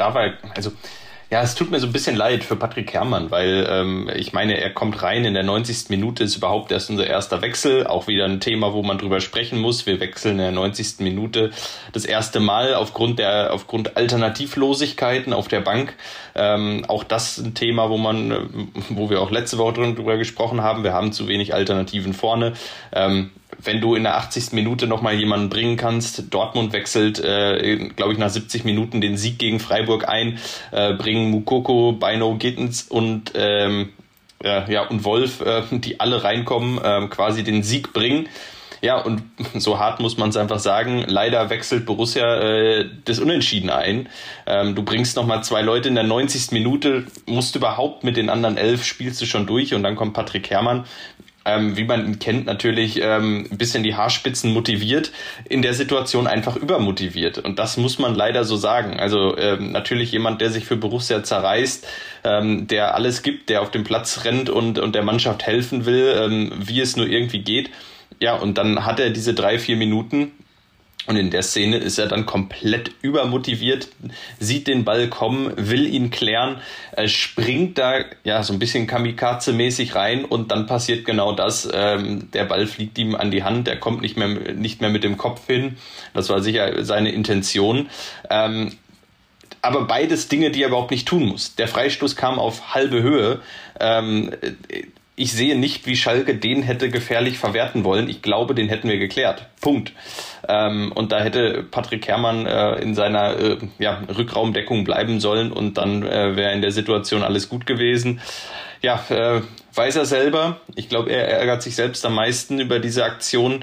Es tut mir so ein bisschen leid für Patrick Herrmann, weil ich meine, er kommt rein in der 90. Minute, ist überhaupt erst unser erster Wechsel, auch wieder ein Thema, wo man drüber sprechen muss. Wir wechseln in der 90. Minute das erste Mal aufgrund Alternativlosigkeiten auf der Bank. Auch das ein Thema, wo wir auch letzte Woche drüber gesprochen haben. Wir haben zu wenig Alternativen vorne. Wenn du in der 80. Minute nochmal jemanden bringen kannst, Dortmund wechselt, glaube ich, nach 70 Minuten den Sieg gegen Freiburg ein, bringen Moukoko, Beino, Gittens und Wolf, die alle reinkommen, quasi den Sieg bringen. Ja, und so hart muss man es einfach sagen, leider wechselt Borussia das Unentschieden ein. Du bringst nochmal 2 Leute in der 90. Minute, musst überhaupt mit den anderen 11, spielst du schon durch und dann kommt Patrick Herrmann. wie man ihn kennt, natürlich ein bisschen die Haarspitzen motiviert, in der Situation einfach übermotiviert. Und das muss man leider so sagen. Also natürlich jemand, der sich für Borussia zerreißt, der alles gibt, der auf dem Platz rennt und der Mannschaft helfen will, wie es nur irgendwie geht. Ja, und dann hat er diese 3-4 Minuten. Und in der Szene ist er dann komplett übermotiviert, sieht den Ball kommen, will ihn klären, springt da ja so ein bisschen Kamikaze-mäßig rein und dann passiert genau das. Der Ball fliegt ihm an die Hand, er kommt nicht mehr mit dem Kopf hin. Das war sicher seine Intention. Aber beides Dinge, die er überhaupt nicht tun muss. Der Freistoß kam auf halbe Höhe. Ich sehe nicht, wie Schalke den hätte gefährlich verwerten wollen. Ich glaube, den hätten wir geklärt. Punkt. Und da hätte Patrick Herrmann in seiner Rückraumdeckung bleiben sollen und dann wäre in der Situation alles gut gewesen. Ja, weiß er selber. Ich glaube, er ärgert sich selbst am meisten über diese Aktion.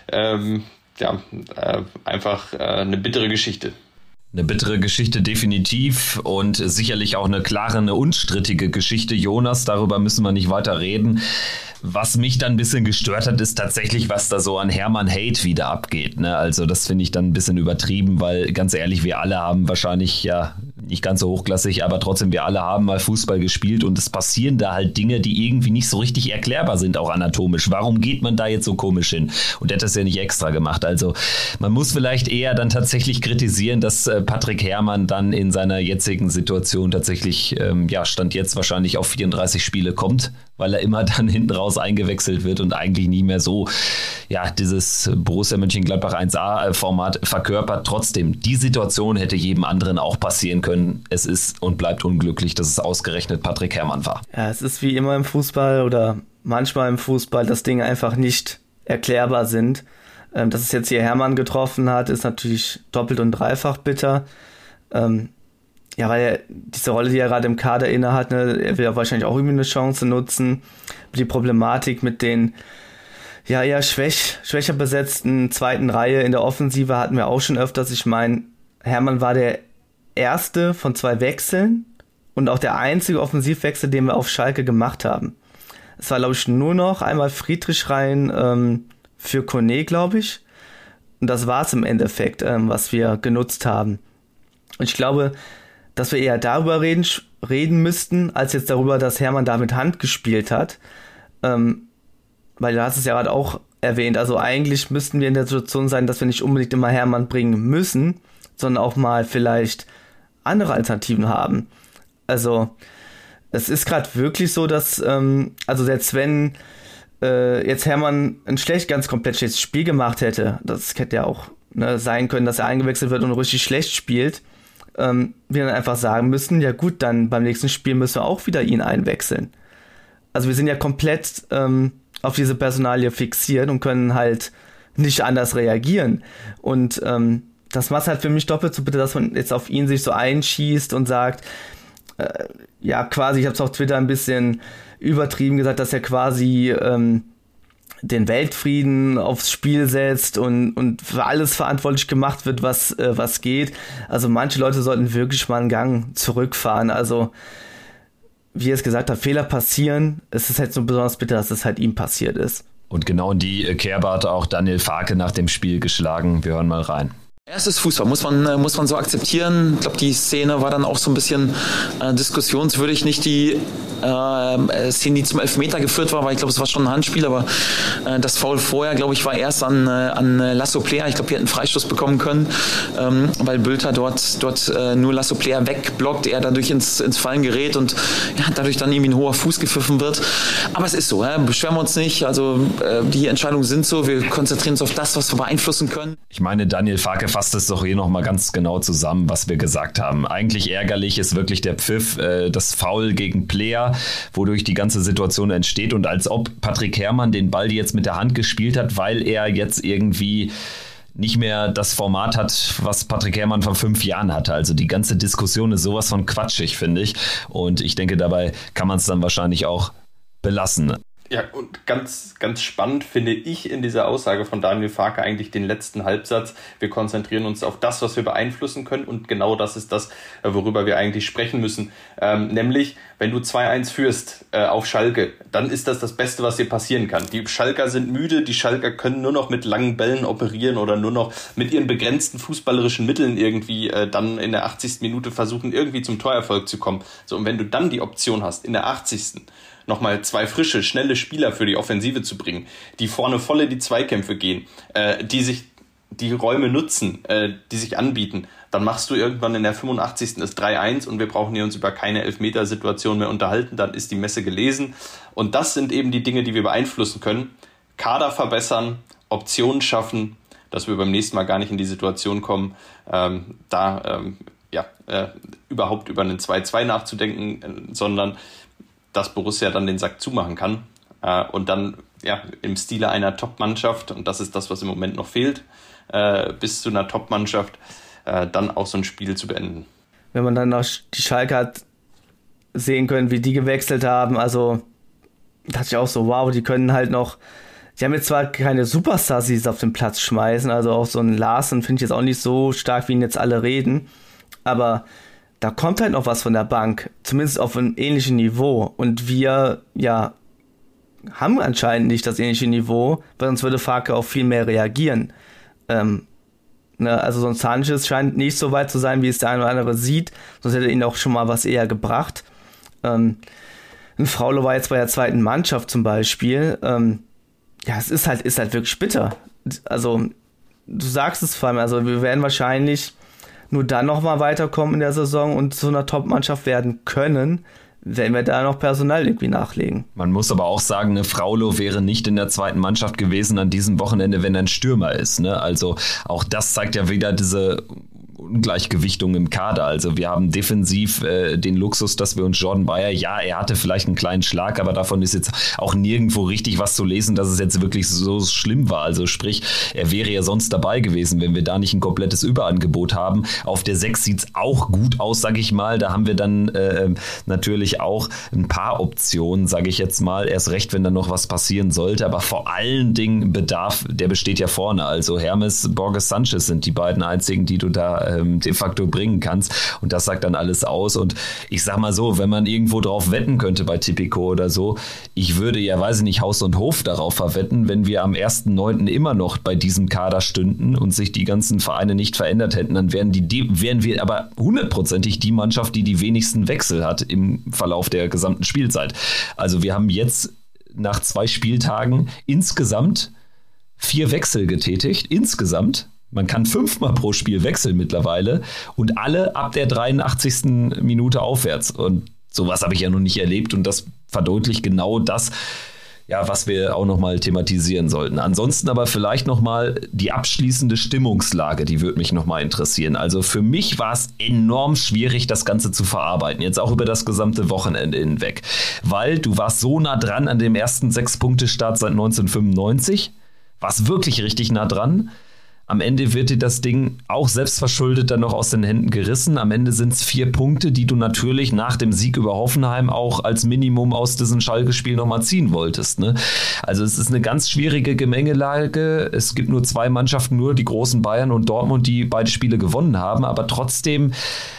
Einfach eine bittere Geschichte. Eine bittere Geschichte definitiv und sicherlich auch eine klare, eine unstrittige Geschichte. Jonas, darüber müssen wir nicht weiter reden. Was mich dann ein bisschen gestört hat, ist tatsächlich, was da so an Herrmann-Hate wieder abgeht. Ne? Also das finde ich dann ein bisschen übertrieben, weil ganz ehrlich, wir alle haben wahrscheinlich, ja, nicht ganz so hochklassig, aber trotzdem, wir alle haben mal Fußball gespielt und es passieren da halt Dinge, die irgendwie nicht so richtig erklärbar sind, auch anatomisch. Warum geht man da jetzt so komisch hin? Und der hat das ja nicht extra gemacht. Also man muss vielleicht eher dann tatsächlich kritisieren, dass Patrick Herrmann dann in seiner jetzigen Situation tatsächlich, Stand jetzt wahrscheinlich auf 34 Spiele kommt, weil er immer dann hinten raus eingewechselt wird und eigentlich nie mehr so, dieses Borussia Mönchengladbach 1A-Format verkörpert. Trotzdem, die Situation hätte jedem anderen auch passieren können. Es ist und bleibt unglücklich, dass es ausgerechnet Patrick Herrmann war. Ja, es ist wie immer im Fußball oder manchmal im Fußball, dass Dinge einfach nicht erklärbar sind. Dass es jetzt hier Herrmann getroffen hat, ist natürlich doppelt und dreifach bitter. Weil er diese Rolle, die er gerade im Kader innehat, er will ja wahrscheinlich auch irgendwie eine Chance nutzen. Die Problematik mit den eher schwächer besetzten zweiten Reihe in der Offensive hatten wir auch schon öfters. Ich meine, Herrmann war der erste von 2 Wechseln und auch der einzige Offensivwechsel, den wir auf Schalke gemacht haben. Es war, glaube ich, nur noch einmal Friedrich rein für Kone, glaube ich. Und das war es im Endeffekt, was wir genutzt haben. Und ich glaube, dass wir eher darüber reden müssten, als jetzt darüber, dass Herrmann da mit Hand gespielt hat. Weil du hast es ja gerade auch erwähnt, also eigentlich müssten wir in der Situation sein, dass wir nicht unbedingt immer Herrmann bringen müssen, sondern auch mal vielleicht andere Alternativen haben. Also es ist gerade wirklich so, dass selbst wenn jetzt Herrmann ein ganz komplett schlechtes Spiel gemacht hätte, das hätte ja auch sein können, dass er eingewechselt wird und richtig schlecht spielt, wir dann einfach sagen müssen, ja gut, dann beim nächsten Spiel müssen wir auch wieder ihn einwechseln. Also wir sind ja komplett auf diese Personalie fixiert und können halt nicht anders reagieren. Und das macht halt für mich doppelt so bitter, dass man jetzt auf ihn sich so einschießt und sagt, quasi, ich habe es auf Twitter ein bisschen übertrieben gesagt, dass er quasi den Weltfrieden aufs Spiel setzt und für alles verantwortlich gemacht wird, was geht. Also manche Leute sollten wirklich mal einen Gang zurückfahren. Also wie ihr es gesagt habt, Fehler passieren. Es ist halt so besonders bitter, dass es halt ihm passiert ist. Und genau in die Kerbe hat auch Daniel Farke nach dem Spiel geschlagen. Wir hören mal rein. Es ist Fußball, muss man so akzeptieren. Ich glaube, die Szene war dann auch so ein bisschen diskussionswürdig. Nicht die Szene, die zum Elfmeter geführt war, weil ich glaube, es war schon ein Handspiel, aber das Foul vorher, glaube ich, war erst an Lasso Player. Ich glaube, wir hätten einen Freistoß bekommen können, weil Bülter dort nur Lasso Player wegblockt, er dadurch ins Fallen gerät und dadurch dann irgendwie ein hoher Fuß gepfiffen wird. Aber es ist so, beschweren wir uns nicht. Also die Entscheidungen sind so, wir konzentrieren uns auf das, was wir beeinflussen können. Ich meine, Daniel Farke fasst es doch hier nochmal ganz genau zusammen, was wir gesagt haben. Eigentlich ärgerlich ist wirklich der Pfiff, das Foul gegen Player, wodurch die ganze Situation entsteht und als ob Patrick Herrmann den Ball jetzt mit der Hand gespielt hat, weil er jetzt irgendwie nicht mehr das Format hat, was Patrick Herrmann vor 5 Jahren hatte. Also die ganze Diskussion ist sowas von quatschig, finde ich. Und ich denke, dabei kann man es dann wahrscheinlich auch belassen. Ja, und ganz, ganz spannend finde ich in dieser Aussage von Daniel Farke eigentlich den letzten Halbsatz. Wir konzentrieren uns auf das, was wir beeinflussen können, und genau das ist das, worüber wir eigentlich sprechen müssen. Nämlich, wenn du 2-1 führst auf Schalke, dann ist das das Beste, was dir passieren kann. Die Schalker sind müde, die Schalker können nur noch mit langen Bällen operieren oder nur noch mit ihren begrenzten fußballerischen Mitteln irgendwie dann in der 80. Minute versuchen, irgendwie zum Torerfolg zu kommen. So, und wenn du dann die Option hast, in der 80. nochmal 2 frische, schnelle Spieler für die Offensive zu bringen, die vorne voll in die Zweikämpfe gehen, die sich die Räume nutzen, die sich anbieten, dann machst du irgendwann in der 85. das 3-1 und wir brauchen hier uns über keine Elfmetersituation mehr unterhalten, dann ist die Messe gelesen. Und das sind eben die Dinge, die wir beeinflussen können. Kader verbessern, Optionen schaffen, dass wir beim nächsten Mal gar nicht in die Situation kommen, überhaupt über einen 2-2 nachzudenken, sondern dass Borussia dann den Sack zumachen kann und dann im Stile einer Top-Mannschaft, und das ist das, was im Moment noch fehlt, bis zu einer Top-Mannschaft, dann auch so ein Spiel zu beenden. Wenn man dann noch die Schalke hat sehen können, wie die gewechselt haben, also dachte ich auch so, wow, die können halt noch, die haben jetzt zwar keine Superstars, die es auf den Platz schmeißen, also auch so ein Larsen finde ich jetzt auch nicht so stark, wie ihn jetzt alle reden, aber da kommt halt noch was von der Bank, zumindest auf einem ähnlichen Niveau. Und wir, haben anscheinend nicht das ähnliche Niveau, weil sonst würde Farke auch viel mehr reagieren. Also so ein Sanchez scheint nicht so weit zu sein, wie es der eine oder andere sieht, sonst hätte er ihn auch schon mal was eher gebracht. Ein Fraule war jetzt bei der zweiten Mannschaft zum Beispiel. Es ist halt wirklich bitter. Also, du sagst es vor allem, also wir werden wahrscheinlich nur dann nochmal weiterkommen in der Saison und zu einer Top-Mannschaft werden können, wenn wir da noch Personal irgendwie nachlegen. Man muss aber auch sagen, eine Fraulo wäre nicht in der zweiten Mannschaft gewesen an diesem Wochenende, wenn er ein Stürmer ist. Ne? Also auch das zeigt ja wieder diese Ungleichgewichtung im Kader. Also wir haben defensiv den Luxus, dass wir uns Jordan Bayer, er hatte vielleicht einen kleinen Schlag, aber davon ist jetzt auch nirgendwo richtig was zu lesen, dass es jetzt wirklich so schlimm war. Also sprich, er wäre ja sonst dabei gewesen, wenn wir da nicht ein komplettes Überangebot haben. Auf der 6 sieht es auch gut aus, sage ich mal. Da haben wir dann natürlich auch ein paar Optionen, sage ich jetzt mal. Erst recht, wenn da noch was passieren sollte. Aber vor allen Dingen Bedarf, der besteht ja vorne. Also Hermes, Borges, Sanchez sind die beiden einzigen, die du da de facto bringen kannst, und das sagt dann alles aus. Und ich sag mal so, wenn man irgendwo drauf wetten könnte bei Tipico oder so, ich würde Haus und Hof darauf verwetten, wenn wir am 1.9. immer noch bei diesem Kader stünden und sich die ganzen Vereine nicht verändert hätten, dann wären wir aber 100%ig die Mannschaft, die die wenigsten Wechsel hat im Verlauf der gesamten Spielzeit. Also wir haben jetzt nach 2 Spieltagen insgesamt 4 Wechsel getätigt, insgesamt. Man kann 5-mal pro Spiel wechseln mittlerweile und alle ab der 83. Minute aufwärts. Und sowas habe ich ja noch nicht erlebt, und das verdeutlicht genau das, was wir auch nochmal thematisieren sollten. Ansonsten aber vielleicht nochmal die abschließende Stimmungslage, die würde mich nochmal interessieren. Also für mich war es enorm schwierig, das Ganze zu verarbeiten, jetzt auch über das gesamte Wochenende hinweg, weil du warst so nah dran an dem ersten 6-Punkte-Start seit 1995, warst wirklich richtig nah dran. Am Ende wird dir das Ding auch selbstverschuldet dann noch aus den Händen gerissen. Am Ende sind es 4 Punkte, die du natürlich nach dem Sieg über Hoffenheim auch als Minimum aus diesem Schalke-Spiel nochmal ziehen wolltest. Ne? Also es ist eine ganz schwierige Gemengelage. Es gibt nur 2 Mannschaften, nur die großen Bayern und Dortmund, die beide Spiele gewonnen haben. Aber trotzdem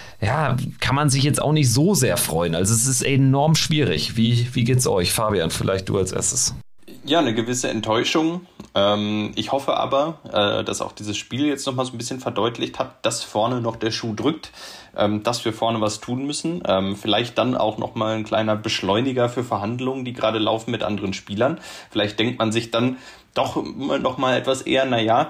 kann man sich jetzt auch nicht so sehr freuen. Also es ist enorm schwierig. Wie geht's euch? Fabian, vielleicht du als erstes. Ja, eine gewisse Enttäuschung. Ich hoffe aber, dass auch dieses Spiel jetzt nochmal so ein bisschen verdeutlicht hat, dass vorne noch der Schuh drückt, dass wir vorne was tun müssen. Vielleicht dann auch nochmal ein kleiner Beschleuniger für Verhandlungen, die gerade laufen mit anderen Spielern. Vielleicht denkt man sich dann doch nochmal etwas eher,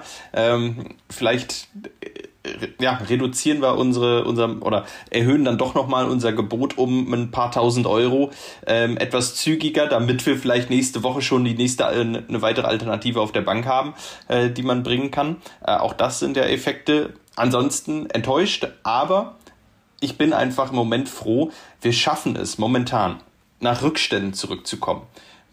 vielleicht reduzieren wir oder erhöhen dann doch nochmal unser Gebot um ein paar tausend Euro etwas zügiger, damit wir vielleicht nächste Woche schon eine weitere Alternative auf der Bank haben, die man bringen kann. Auch das sind ja Effekte. Ansonsten enttäuscht, aber ich bin einfach im Moment froh, wir schaffen es momentan, nach Rückständen zurückzukommen.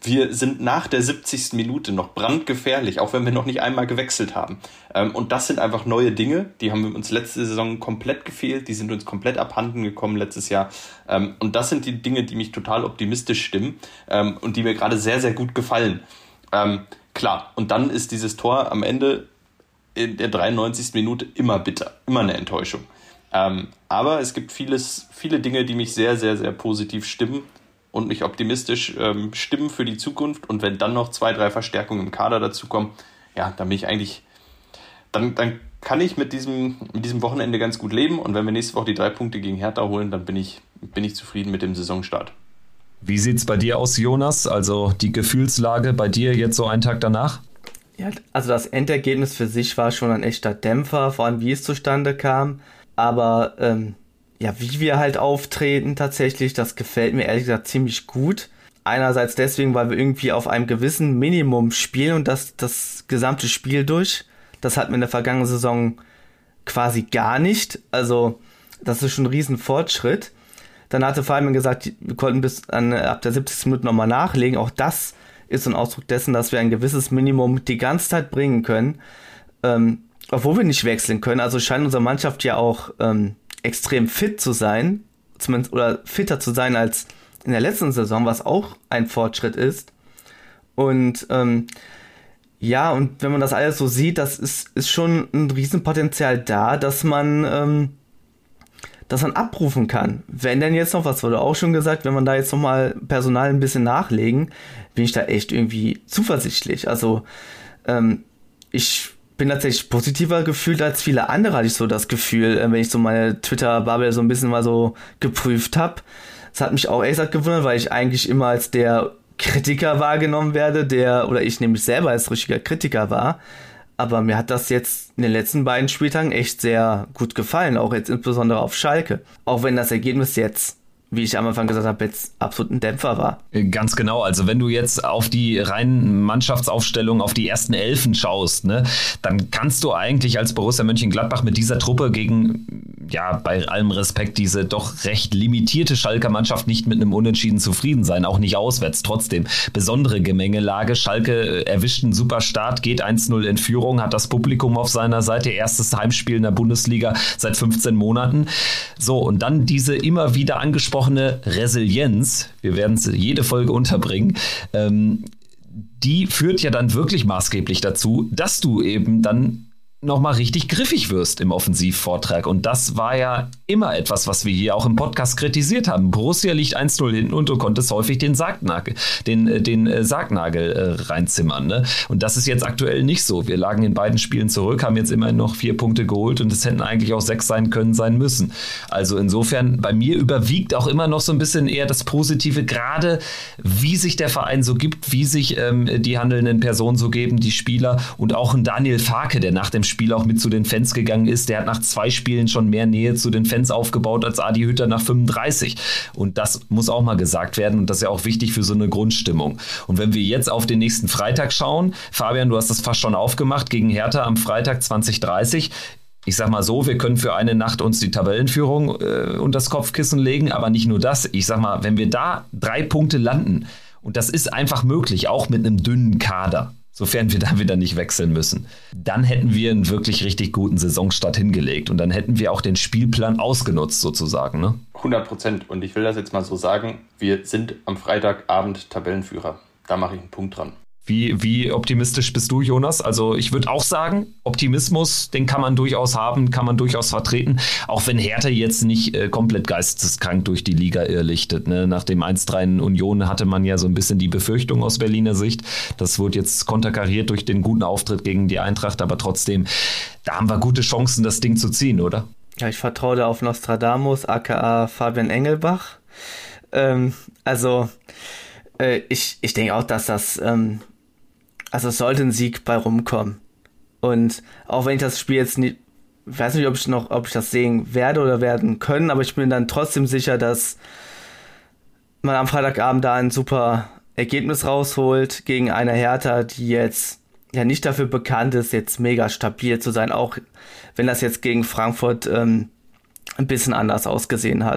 wir sind nach der 70. Minute noch brandgefährlich, auch wenn wir noch nicht einmal gewechselt haben. Und das sind einfach neue Dinge, die haben uns letzte Saison komplett gefehlt, die sind uns komplett abhanden gekommen letztes Jahr. Und das sind die Dinge, die mich total optimistisch stimmen und die mir gerade sehr, sehr gut gefallen. Klar, und dann ist dieses Tor am Ende in der 93. Minute immer bitter, immer eine Enttäuschung. Aber es gibt viele Dinge, die mich sehr, sehr, sehr positiv stimmen und mich optimistisch stimmen für die Zukunft. Und wenn dann noch 2, 3 Verstärkungen im Kader dazukommen, ja, dann bin ich eigentlich, dann kann ich mit diesem Wochenende ganz gut leben. Und wenn wir nächste Woche die 3 Punkte gegen Hertha holen, dann bin ich zufrieden mit dem Saisonstart. Wie sieht's bei dir aus, Jonas? Also die Gefühlslage bei dir jetzt so einen Tag danach? Ja, also das Endergebnis für sich war schon ein echter Dämpfer, vor allem wie es zustande kam. Aber wie wir halt auftreten tatsächlich, das gefällt mir ehrlich gesagt ziemlich gut. Einerseits deswegen, weil wir irgendwie auf einem gewissen Minimum spielen und das gesamte Spiel durch. Das hatten wir in der vergangenen Saison quasi gar nicht. Also das ist schon ein riesen Fortschritt. Dann hatte Fabian gesagt, wir konnten ab der 70. Minute nochmal nachlegen. Auch das ist ein Ausdruck dessen, dass wir ein gewisses Minimum die ganze Zeit bringen können. Obwohl wir nicht wechseln können. Also scheint unsere Mannschaft ja auch extrem fit zu sein, zumindest, oder fitter zu sein als in der letzten Saison, was auch ein Fortschritt ist. Und und wenn man das alles so sieht, das ist schon ein Riesenpotenzial da, dass man abrufen kann. Wenn denn jetzt noch, was wurde auch schon gesagt, wenn man da jetzt nochmal Personal ein bisschen nachlegen, bin ich da echt irgendwie zuversichtlich. Also ich bin tatsächlich positiver gefühlt als viele andere, hatte ich so das Gefühl, wenn ich so meine Twitter-Bubble so ein bisschen mal so geprüft habe. Das hat mich auch echt gewundert, weil ich eigentlich immer als der Kritiker wahrgenommen werde, oder ich nämlich selber als richtiger Kritiker war. Aber mir hat das jetzt in den letzten beiden Spieltagen echt sehr gut gefallen, auch jetzt insbesondere auf Schalke. Auch wenn das Ergebnis jetzt, wie ich am Anfang gesagt habe, jetzt absolut ein Dämpfer war. Ganz genau, also wenn du jetzt auf die reinen Mannschaftsaufstellung, auf die ersten Elfen schaust, ne, dann kannst du eigentlich als Borussia Mönchengladbach mit dieser Truppe gegen, bei allem Respekt, diese doch recht limitierte Schalker Mannschaft nicht mit einem Unentschieden zufrieden sein, auch nicht auswärts. Trotzdem, besondere Gemengelage. Schalke erwischt einen super Start, geht 1-0 in Führung, hat das Publikum auf seiner Seite, erstes Heimspiel in der Bundesliga seit 15 Monaten. So, und dann diese immer wieder angesprochene Resilienz, wir werden es jede Folge unterbringen, die führt ja dann wirklich maßgeblich dazu, dass du eben dann nochmal richtig griffig wirst im Offensivvortrag. Und das war ja immer etwas, was wir hier auch im Podcast kritisiert haben. Borussia liegt 1-0 hinten und du konntest häufig den Sargnagel reinzimmern. Ne? Und das ist jetzt aktuell nicht so. Wir lagen in beiden Spielen zurück, haben jetzt immerhin noch 4 Punkte geholt und es hätten eigentlich auch 6 sein müssen. Also insofern, bei mir überwiegt auch immer noch so ein bisschen eher das Positive, gerade wie sich der Verein so gibt, wie sich die handelnden Personen so geben, die Spieler und auch ein Daniel Farke, der nach dem Spiel auch mit zu den Fans gegangen ist. Der hat nach 2 Spielen schon mehr Nähe zu den Fans aufgebaut als Adi Hütter nach 35. Und das muss auch mal gesagt werden und das ist ja auch wichtig für so eine Grundstimmung. Und wenn wir jetzt auf den nächsten Freitag schauen, Fabian, du hast das fast schon aufgemacht, gegen Hertha am Freitag 20:30. Ich sag mal so, wir können für eine Nacht uns die Tabellenführung unter das Kopfkissen legen, aber nicht nur das. Ich sag mal, wenn wir da 3 Punkte landen, und das ist einfach möglich, auch mit einem dünnen Kader, sofern wir da wieder nicht wechseln müssen, dann hätten wir einen wirklich richtig guten Saisonstart hingelegt und dann hätten wir auch den Spielplan ausgenutzt sozusagen. Ne? 100%. Und ich will das jetzt mal so sagen, wir sind am Freitagabend Tabellenführer. Da mache ich einen Punkt dran. Wie optimistisch bist du, Jonas? Also ich würde auch sagen, Optimismus, den kann man durchaus haben, kann man durchaus vertreten, auch wenn Hertha jetzt nicht komplett geisteskrank durch die Liga irrlichtet. Ne? Nach dem 1-3 in Union hatte man ja so ein bisschen die Befürchtung aus Berliner Sicht. Das wurde jetzt konterkariert durch den guten Auftritt gegen die Eintracht, aber trotzdem, da haben wir gute Chancen, das Ding zu ziehen, oder? Ja, ich vertraue da auf Nostradamus, aka Fabian Engelbach. Ich denke auch, dass das es sollte ein Sieg bei rumkommen. Und auch wenn ich das Spiel jetzt nicht, weiß nicht, ob ich das sehen werde oder werden können, aber ich bin dann trotzdem sicher, dass man am Freitagabend da ein super Ergebnis rausholt gegen eine Hertha, die jetzt ja nicht dafür bekannt ist, jetzt mega stabil zu sein, auch wenn das jetzt gegen Frankfurt ein bisschen anders ausgesehen hat.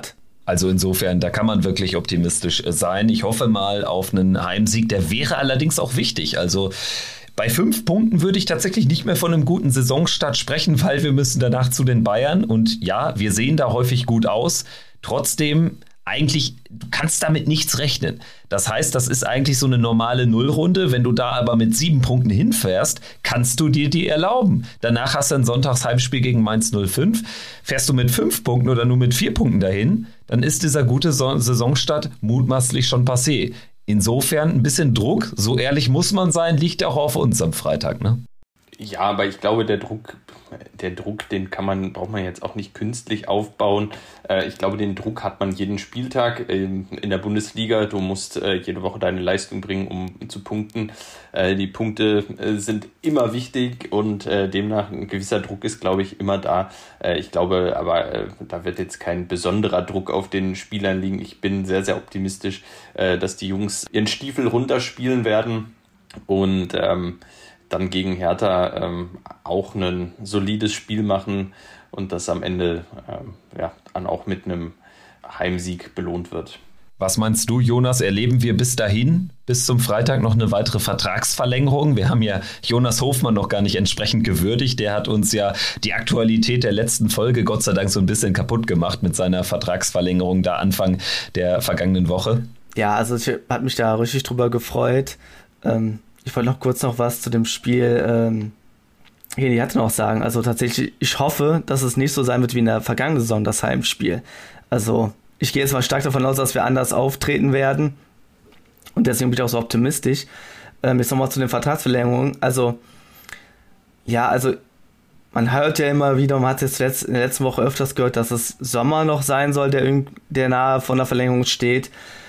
Also insofern, da kann man wirklich optimistisch sein. Ich hoffe mal auf einen Heimsieg, der wäre allerdings auch wichtig. Also bei 5 Punkten würde ich tatsächlich nicht mehr von einem guten Saisonstart sprechen, weil wir müssen danach zu den Bayern. Und ja, wir sehen da häufig gut aus. Trotzdem, eigentlich, du kannst damit nichts rechnen. Das heißt, das ist eigentlich so eine normale Nullrunde. Wenn du da aber mit 7 Punkten hinfährst, kannst du dir die erlauben. Danach hast du ein Sonntagsheimspiel gegen Mainz 05. Fährst du mit 5 Punkten oder nur mit 4 Punkten dahin, dann ist dieser gute Saisonstart mutmaßlich schon passé. Insofern ein bisschen Druck, so ehrlich muss man sein, liegt auch auf uns am Freitag, ne? Ja, aber ich glaube, der Druck, den braucht man jetzt auch nicht künstlich aufbauen. Ich glaube, den Druck hat man jeden Spieltag in der Bundesliga. Du musst jede Woche deine Leistung bringen, um zu punkten. Die Punkte sind immer wichtig und demnach ein gewisser Druck ist, glaube ich, immer da. Ich glaube aber, da wird jetzt kein besonderer Druck auf den Spielern liegen. Ich bin sehr, sehr optimistisch, dass die Jungs ihren Stiefel runterspielen werden und dann gegen Hertha auch ein solides Spiel machen und das am Ende dann auch mit einem Heimsieg belohnt wird. Was meinst du, Jonas? Erleben wir bis dahin, bis zum Freitag, noch eine weitere Vertragsverlängerung? Wir haben ja Jonas Hofmann noch gar nicht entsprechend gewürdigt. Der hat uns ja die Aktualität der letzten Folge Gott sei Dank so ein bisschen kaputt gemacht mit seiner Vertragsverlängerung da Anfang der vergangenen Woche. Ja, also ich habe mich da richtig drüber gefreut. Ich wollte noch kurz was zu dem Spiel die hatte noch sagen. Also tatsächlich, ich hoffe, dass es nicht so sein wird wie in der vergangenen Saison, das Heimspiel. Also ich gehe jetzt mal stark davon aus, dass wir anders auftreten werden. Und deswegen bin ich auch so optimistisch. Jetzt nochmal zu den Vertragsverlängerungen. Also man hört ja immer wieder, man hat es jetzt in der letzten Woche öfters gehört, dass es Sommer noch sein soll, der nahe von der Verlängerung steht.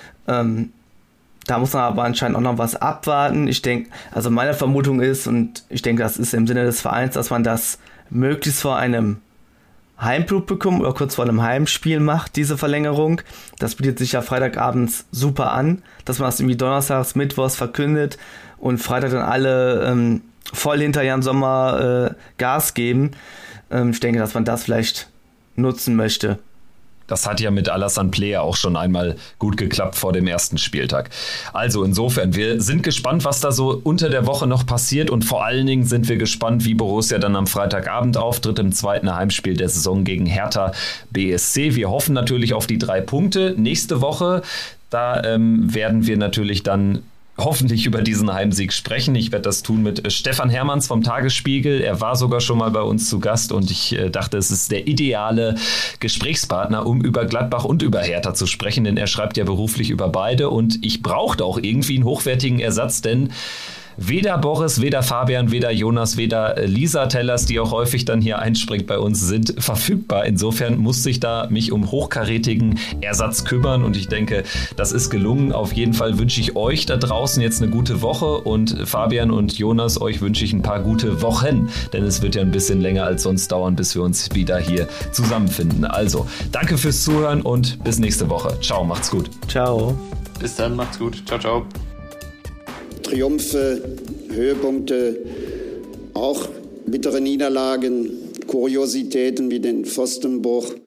Da muss man aber anscheinend auch noch was abwarten. Ich denke, also meine Vermutung ist, und ich denke, das ist im Sinne des Vereins, dass man das möglichst vor einem Heimpublikum oder kurz vor einem Heimspiel macht, diese Verlängerung. Das bietet sich ja Freitagabends super an, dass man das irgendwie donnerstags, mittwochs verkündet und Freitag dann alle voll hinter Jan Sommer Gas geben. Ich denke, dass man das vielleicht nutzen möchte. Das hat ja mit Alassane Player auch schon einmal gut geklappt vor dem ersten Spieltag. Also insofern, wir sind gespannt, was da so unter der Woche noch passiert und vor allen Dingen sind wir gespannt, wie Borussia dann am Freitagabend auftritt im zweiten Heimspiel der Saison gegen Hertha BSC. Wir hoffen natürlich auf die 3 Punkte. Nächste Woche, da werden wir natürlich dann hoffentlich über diesen Heimsieg sprechen. Ich werde das tun mit Stefan Hermanns vom Tagesspiegel. Er war sogar schon mal bei uns zu Gast und ich dachte, es ist der ideale Gesprächspartner, um über Gladbach und über Hertha zu sprechen, denn er schreibt ja beruflich über beide und ich brauchte auch irgendwie einen hochwertigen Ersatz, denn weder Boris, weder Fabian, weder Jonas, weder Lisa Tellers, die auch häufig dann hier einspringt bei uns, sind verfügbar. Insofern musste ich da mich um hochkarätigen Ersatz kümmern und ich denke, das ist gelungen. Auf jeden Fall wünsche ich euch da draußen jetzt eine gute Woche und Fabian und Jonas, euch wünsche ich ein paar gute Wochen, denn es wird ja ein bisschen länger als sonst dauern, bis wir uns wieder hier zusammenfinden. Also, danke fürs Zuhören und bis nächste Woche. Ciao, macht's gut. Ciao. Bis dann, macht's gut. Ciao, ciao. Triumphe, Höhepunkte, auch bittere Niederlagen, Kuriositäten wie den Pfostenbruch.